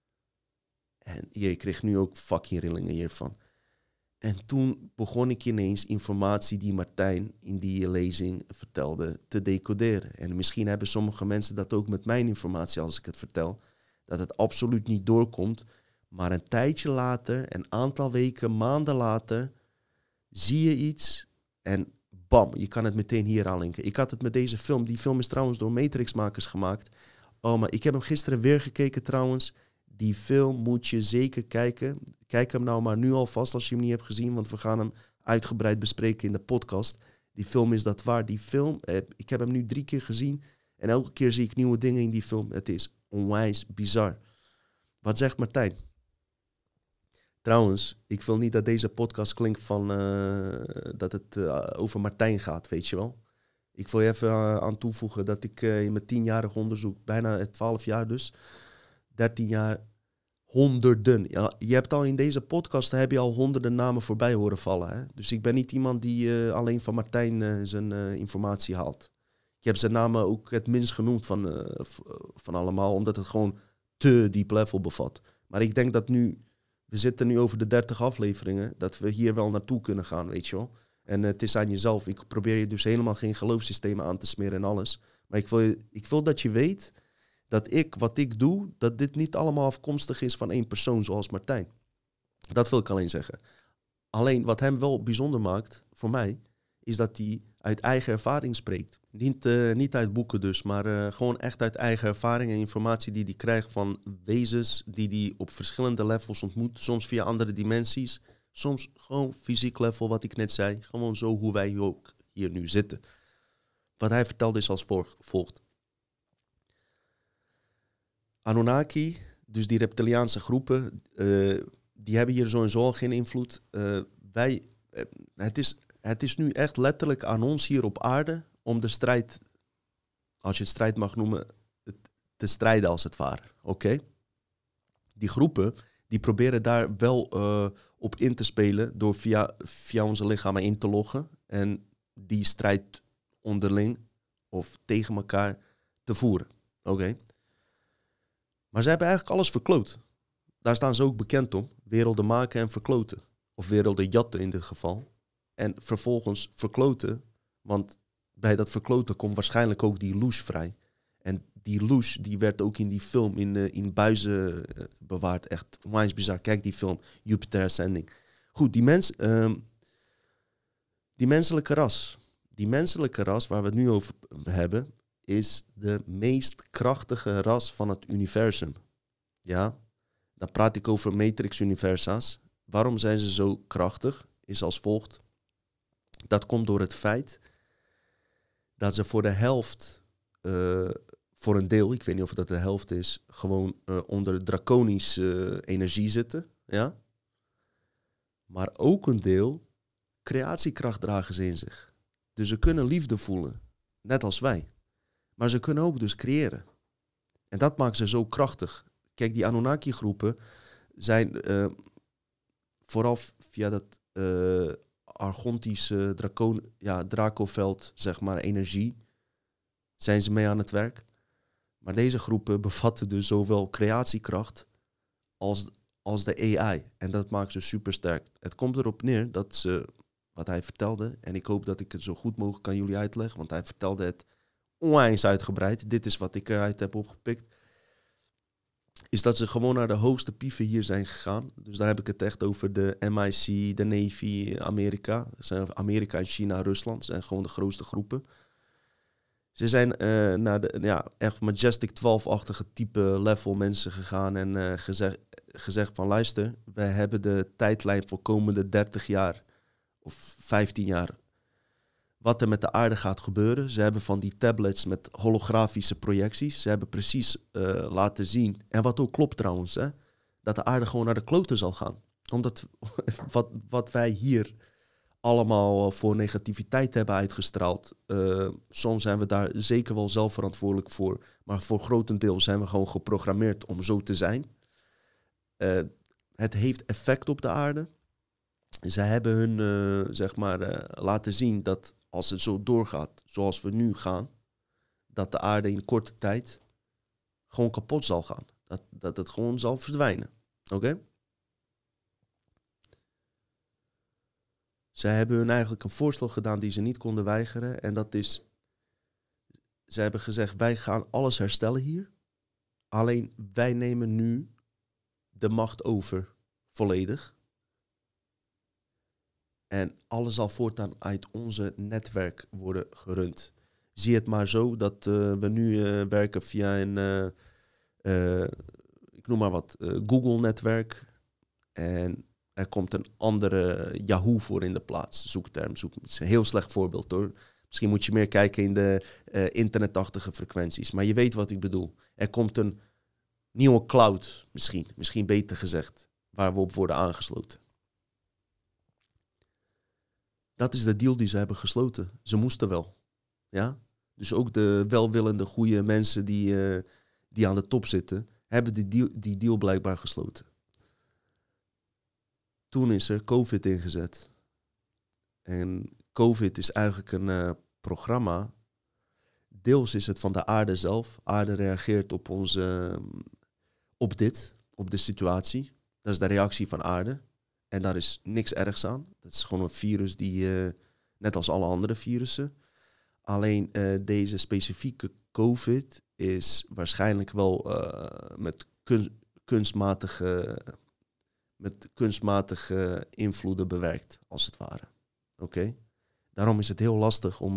En ik kreeg nu ook fucking rillingen hiervan. En toen begon ik ineens informatie die Martijn in die lezing vertelde te decoderen. En misschien hebben sommige mensen dat ook met mijn informatie als ik het vertel. Dat het absoluut niet doorkomt. Maar een tijdje later, een aantal weken, maanden later, zie je iets en bam, je kan het meteen hier aanlinken. Ik had het met deze film. Die film is trouwens door Matrixmakers gemaakt. Oh, maar ik heb hem gisteren weer gekeken trouwens. Die film moet je zeker kijken. Kijk hem nou maar nu alvast als je hem niet hebt gezien, want we gaan hem uitgebreid bespreken in de podcast. Die film is dat waar. Die film, ik heb hem nu 3 keer gezien en elke keer zie ik nieuwe dingen in die film. Het is onwijs bizar. Wat zegt Martijn? Trouwens, ik wil niet dat deze podcast klinkt van dat het over Martijn gaat, weet je wel. Ik wil je even aan toevoegen dat ik in mijn 10-jarig onderzoek, bijna 12 jaar dus, 13 jaar, honderden. Ja, je hebt al in deze podcast heb je al honderden namen voorbij horen vallen. Hè? Dus ik ben niet iemand die alleen van Martijn zijn informatie haalt. Ik heb zijn namen ook het minst genoemd van allemaal, omdat het gewoon te diep level bevat. Maar ik denk dat we zitten nu over de 30 afleveringen, dat we hier wel naartoe kunnen gaan, weet je wel. En het is aan jezelf. Ik probeer je dus helemaal geen geloofssystemen aan te smeren en alles. Maar ik wil dat je weet dat wat ik doe, dat dit niet allemaal afkomstig is van één persoon zoals Martijn. Dat wil ik alleen zeggen. Alleen wat hem wel bijzonder maakt, voor mij, is dat hij uit eigen ervaring spreekt. Niet uit boeken dus, maar gewoon echt uit eigen ervaring en informatie die hij krijgt van wezens die hij op verschillende levels ontmoet. Soms via andere dimensies, soms gewoon fysiek level, wat ik net zei. Gewoon zo hoe wij ook hier nu zitten. Wat hij vertelde is als volgt. Anunnaki, dus die reptiliaanse groepen, die hebben hier sowieso al geen invloed. Het is nu echt letterlijk aan ons hier op aarde om de strijd, als je het strijd mag noemen, te strijden als het ware. Oké? Die groepen, die proberen daar wel op in te spelen door via onze lichamen in te loggen en die strijd onderling of tegen elkaar te voeren. Oké? Maar ze hebben eigenlijk alles verkloot. Daar staan ze ook bekend om. Werelden maken en verkloten. Of werelden jatten in dit geval. En vervolgens verkloten. Want bij dat verkloten komt waarschijnlijk ook die loes vrij. En die loes die werd ook in die film in buizen bewaard. Echt onwijs bizar. Kijk die film. Jupiter Ascending. Goed, die menselijke ras. Die menselijke ras waar we het nu over hebben, is de meest krachtige ras van het universum. Ja, dan praat ik over Matrix-universa's. Waarom zijn ze zo krachtig? Is als volgt. Dat komt door het feit dat ze voor de helft, voor een deel, ik weet niet of dat de helft is, gewoon onder draconische energie zitten. Ja? Maar ook een deel creatiekracht dragen ze in zich. Dus ze kunnen liefde voelen, net als wij. Maar ze kunnen ook dus creëren. En dat maakt ze zo krachtig. Kijk, die Anunnaki-groepen zijn vooral via dat argontische Dracoveld, zeg maar, energie, zijn ze mee aan het werk. Maar deze groepen bevatten dus zowel creatiekracht als de AI. En dat maakt ze super sterk. Het komt erop neer dat ze, wat hij vertelde, en ik hoop dat ik het zo goed mogelijk aan jullie uitleg, want hij vertelde het onwijs uitgebreid. Dit is wat ik eruit heb opgepikt. is dat ze gewoon naar de hoogste pieven hier zijn gegaan. Dus daar heb ik het echt over de MIC, de Navy, Amerika. Amerika en China, Rusland zijn gewoon de grootste groepen. Ze zijn naar de echt Majestic 12-achtige type level mensen gegaan en gezegd van luister, wij hebben de tijdlijn voor komende 30 jaar of 15 jaar wat er met de aarde gaat gebeuren. Ze hebben van die tablets met holografische projecties. Ze hebben precies laten zien, en wat ook klopt trouwens, hè, dat de aarde gewoon naar de kloten zal gaan. Omdat wat wij hier allemaal voor negativiteit hebben uitgestraald. Soms zijn we daar zeker wel zelf verantwoordelijk voor. Maar voor grotendeel zijn we gewoon geprogrammeerd om zo te zijn. Het heeft effect op de aarde. Ze hebben hun laten zien dat als het zo doorgaat zoals we nu gaan, dat de aarde in korte tijd gewoon kapot zal gaan. Dat het gewoon zal verdwijnen. Oké? Zij hebben hun eigenlijk een voorstel gedaan die ze niet konden weigeren. En dat is, ze hebben gezegd, wij gaan alles herstellen hier. Alleen wij nemen nu de macht over, volledig. En alles zal voortaan uit onze netwerk worden gerund. Zie het maar zo dat we nu werken via een, ik noem maar wat, Google-netwerk. En er komt een andere Yahoo voor in de plaats. Zoekterm. Het is een heel slecht voorbeeld hoor. Misschien moet je meer kijken in de internetachtige frequenties. Maar je weet wat ik bedoel. Er komt een nieuwe cloud misschien beter gezegd, waar we op worden aangesloten. Dat is de deal die ze hebben gesloten. Ze moesten wel. Ja? Dus ook de welwillende, goede mensen die aan de top zitten, hebben die deal blijkbaar gesloten. Toen is er COVID ingezet. En COVID is eigenlijk een programma. Deels is het van de aarde zelf. Aarde reageert op de situatie. Dat is de reactie van aarde. En daar is niks ergs aan. Dat is gewoon een virus die, net als alle andere virussen. Alleen deze specifieke COVID is waarschijnlijk wel met kunstmatige invloeden bewerkt, als het ware. Oké? Daarom is het heel lastig om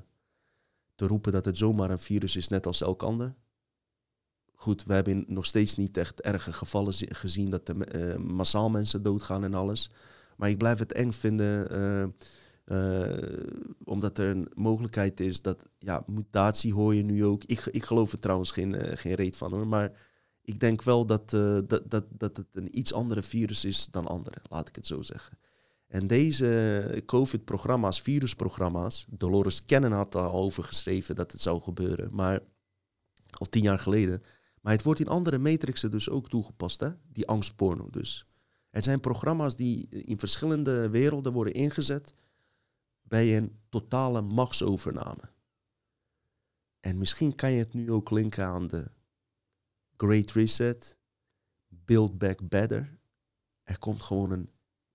te roepen dat het zomaar een virus is, net als elk ander. Goed, we hebben nog steeds niet echt erge gevallen gezien dat er massaal mensen doodgaan en alles. Maar ik blijf het eng vinden, omdat er een mogelijkheid is dat, ja, mutatie hoor je nu ook. Ik geloof er trouwens geen reet van hoor, maar ik denk wel dat het een iets andere virus is dan andere, laat ik het zo zeggen. En deze COVID-programma's, virusprogramma's, Dolores Cannon had al over geschreven dat het zou gebeuren, maar al 10 jaar geleden. Maar het wordt in andere matrixen dus ook toegepast, hè? Die angstporno dus. Het zijn programma's die in verschillende werelden worden ingezet bij een totale machtsovername. En misschien kan je het nu ook linken aan de Great Reset, Build Back Better. Er komt gewoon een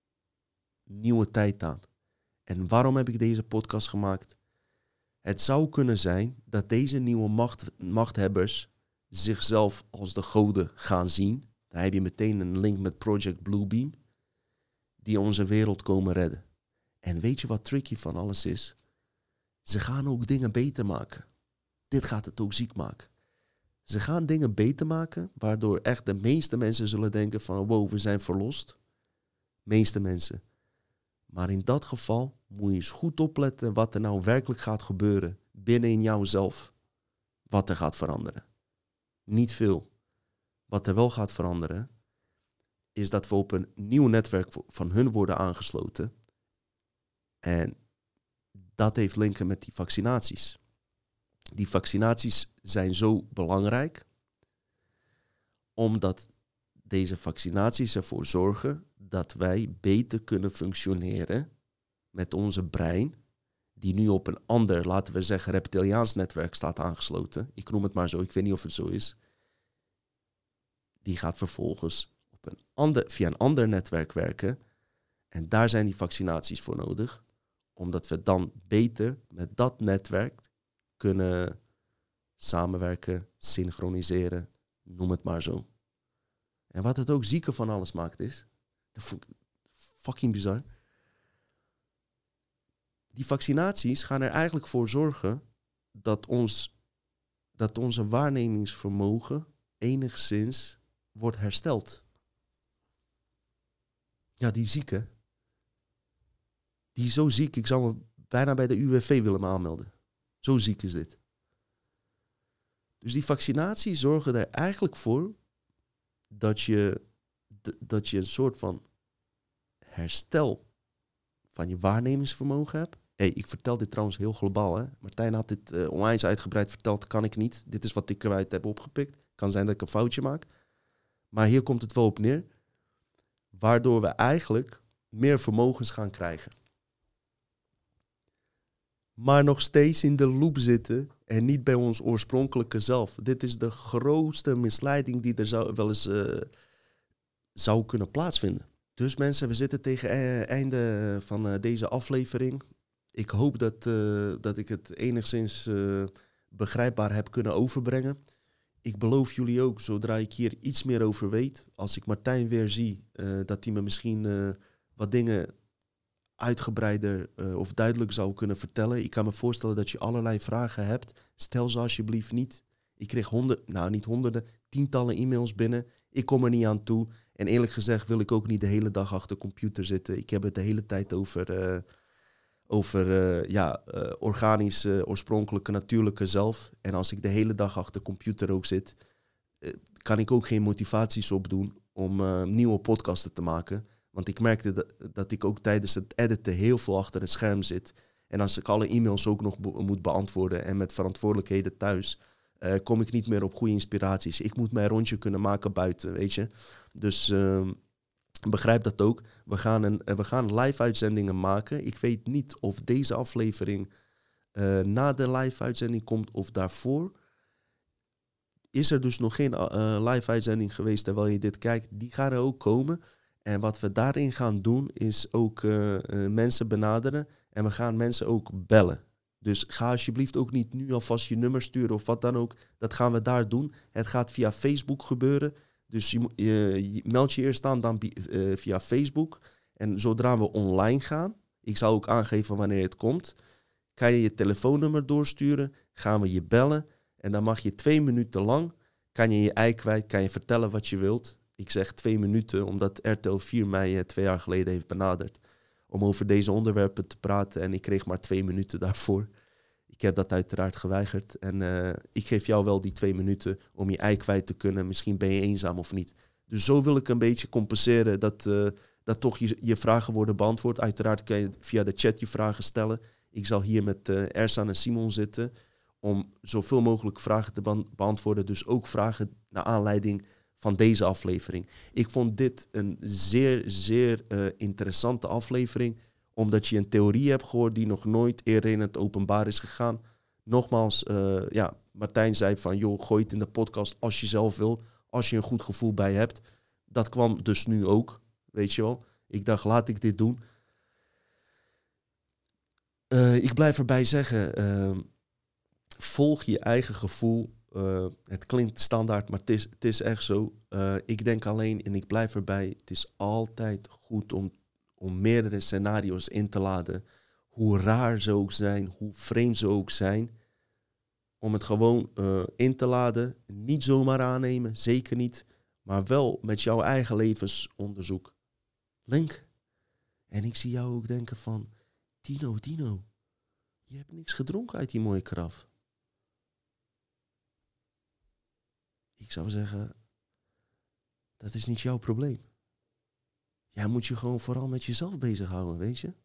nieuwe tijd aan. En waarom heb ik deze podcast gemaakt? Het zou kunnen zijn dat deze nieuwe machthebbers zichzelf als de goden gaan zien. Daar heb je meteen een link met Project Bluebeam, die onze wereld komen redden. En weet je wat tricky van alles is? Ze gaan ook dingen beter maken. Dit gaat het ook ziek maken. Ze gaan dingen beter maken, waardoor echt de meeste mensen zullen denken van wow, we zijn verlost. Meeste mensen. Maar in dat geval moet je eens goed opletten wat er nou werkelijk gaat gebeuren binnen in jouzelf. Wat er gaat veranderen. Niet veel. Wat er wel gaat veranderen, is dat we op een nieuw netwerk van hun worden aangesloten. En dat heeft linken met die vaccinaties. Die vaccinaties zijn zo belangrijk, omdat deze vaccinaties ervoor zorgen dat wij beter kunnen functioneren met onze brein, die nu op een ander, laten we zeggen, reptiliaans netwerk staat aangesloten. Ik noem het maar zo, ik weet niet of het zo is. Die gaat vervolgens via een ander netwerk werken. En daar zijn die vaccinaties voor nodig, omdat we dan beter met dat netwerk kunnen samenwerken, synchroniseren, noem het maar zo. En wat het ook zieke van alles maakt is, dat vond ik fucking bizar. Die vaccinaties gaan er eigenlijk voor zorgen dat onze waarnemingsvermogen enigszins wordt hersteld. Ja, die zieke. Die is zo ziek, ik zou me bijna bij de UWV willen aanmelden. Zo ziek is dit. Dus die vaccinaties zorgen er eigenlijk voor dat je een soort van herstel van je waarnemingsvermogen hebt. Ik vertel dit trouwens heel globaal. Hè? Martijn had dit onwijs uitgebreid verteld, kan ik niet. Dit is wat ik eruit heb opgepikt. Kan zijn dat ik een foutje maak. Maar hier komt het wel op neer. Waardoor we eigenlijk meer vermogens gaan krijgen. Maar nog steeds in de loop zitten en niet bij ons oorspronkelijke zelf. Dit is de grootste misleiding die er wel eens zou kunnen plaatsvinden. Dus mensen, we zitten tegen het einde van deze aflevering. Ik hoop dat ik het enigszins begrijpbaar heb kunnen overbrengen. Ik beloof jullie ook, zodra ik hier iets meer over weet, als ik Martijn weer zie, dat hij me misschien wat dingen uitgebreider of duidelijk zou kunnen vertellen. Ik kan me voorstellen dat je allerlei vragen hebt. Stel ze alsjeblieft niet. Ik kreeg niet honderden, tientallen e-mails binnen. Ik kom er niet aan toe. En eerlijk gezegd wil ik ook niet de hele dag achter de computer zitten. Ik heb het de hele tijd over organisch, oorspronkelijke, natuurlijke zelf. En als ik de hele dag achter de computer ook zit, kan ik ook geen motivaties opdoen om nieuwe podcasten te maken. Want ik merkte dat ik ook tijdens het editen heel veel achter het scherm zit. En als ik alle e-mails ook nog moet beantwoorden en met verantwoordelijkheden thuis, kom ik niet meer op goede inspiraties. Ik moet mijn rondje kunnen maken buiten, weet je. Dus begrijp dat ook. We gaan live uitzendingen maken. Ik weet niet of deze aflevering na de live uitzending komt of daarvoor. Is er dus nog geen live uitzending geweest terwijl je dit kijkt? Die gaan er ook komen. En wat we daarin gaan doen is ook mensen benaderen. En we gaan mensen ook bellen. Dus ga alsjeblieft ook niet nu alvast je nummer sturen of wat dan ook. Dat gaan we daar doen. Het gaat via Facebook gebeuren. Dus je meld je eerst aan dan via Facebook. En zodra we online gaan, ik zal ook aangeven wanneer het komt, kan je je telefoonnummer doorsturen, gaan we je bellen. En dan mag je 2 minuten lang, kan je ei kwijt, kan je vertellen wat je wilt. Ik zeg 2 minuten, omdat RTL 4 mij 2 jaar geleden heeft benaderd om over deze onderwerpen te praten. En ik kreeg maar 2 minuten daarvoor. Ik heb dat uiteraard geweigerd. En ik geef jou wel die 2 minuten om je ei kwijt te kunnen. Misschien ben je eenzaam of niet. Dus zo wil ik een beetje compenseren dat toch je vragen worden beantwoord. Uiteraard kan je via de chat je vragen stellen. Ik zal hier met Ersan en Simon zitten om zoveel mogelijk vragen te beantwoorden. Dus ook vragen naar aanleiding van deze aflevering. Ik vond dit een zeer, zeer interessante aflevering, omdat je een theorie hebt gehoord die nog nooit eerder in het openbaar is gegaan. Nogmaals, Martijn zei van, joh, gooi het in de podcast als je zelf wil, als je een goed gevoel bij hebt. Dat kwam dus nu ook, weet je wel. Ik dacht, laat ik dit doen. Ik blijf erbij zeggen, volg je eigen gevoel. Het klinkt standaard, maar het is echt zo. Ik denk alleen, en ik blijf erbij, het is altijd goed om meerdere scenario's in te laden. Hoe raar ze ook zijn, hoe vreemd ze ook zijn. Om het gewoon in te laden. Niet zomaar aannemen, zeker niet. Maar wel met jouw eigen levensonderzoek. Link. En ik zie jou ook denken van, Dino, je hebt niks gedronken uit die mooie karaf. Ik zou zeggen, dat is niet jouw probleem. Jij moet je gewoon vooral met jezelf bezighouden, weet je.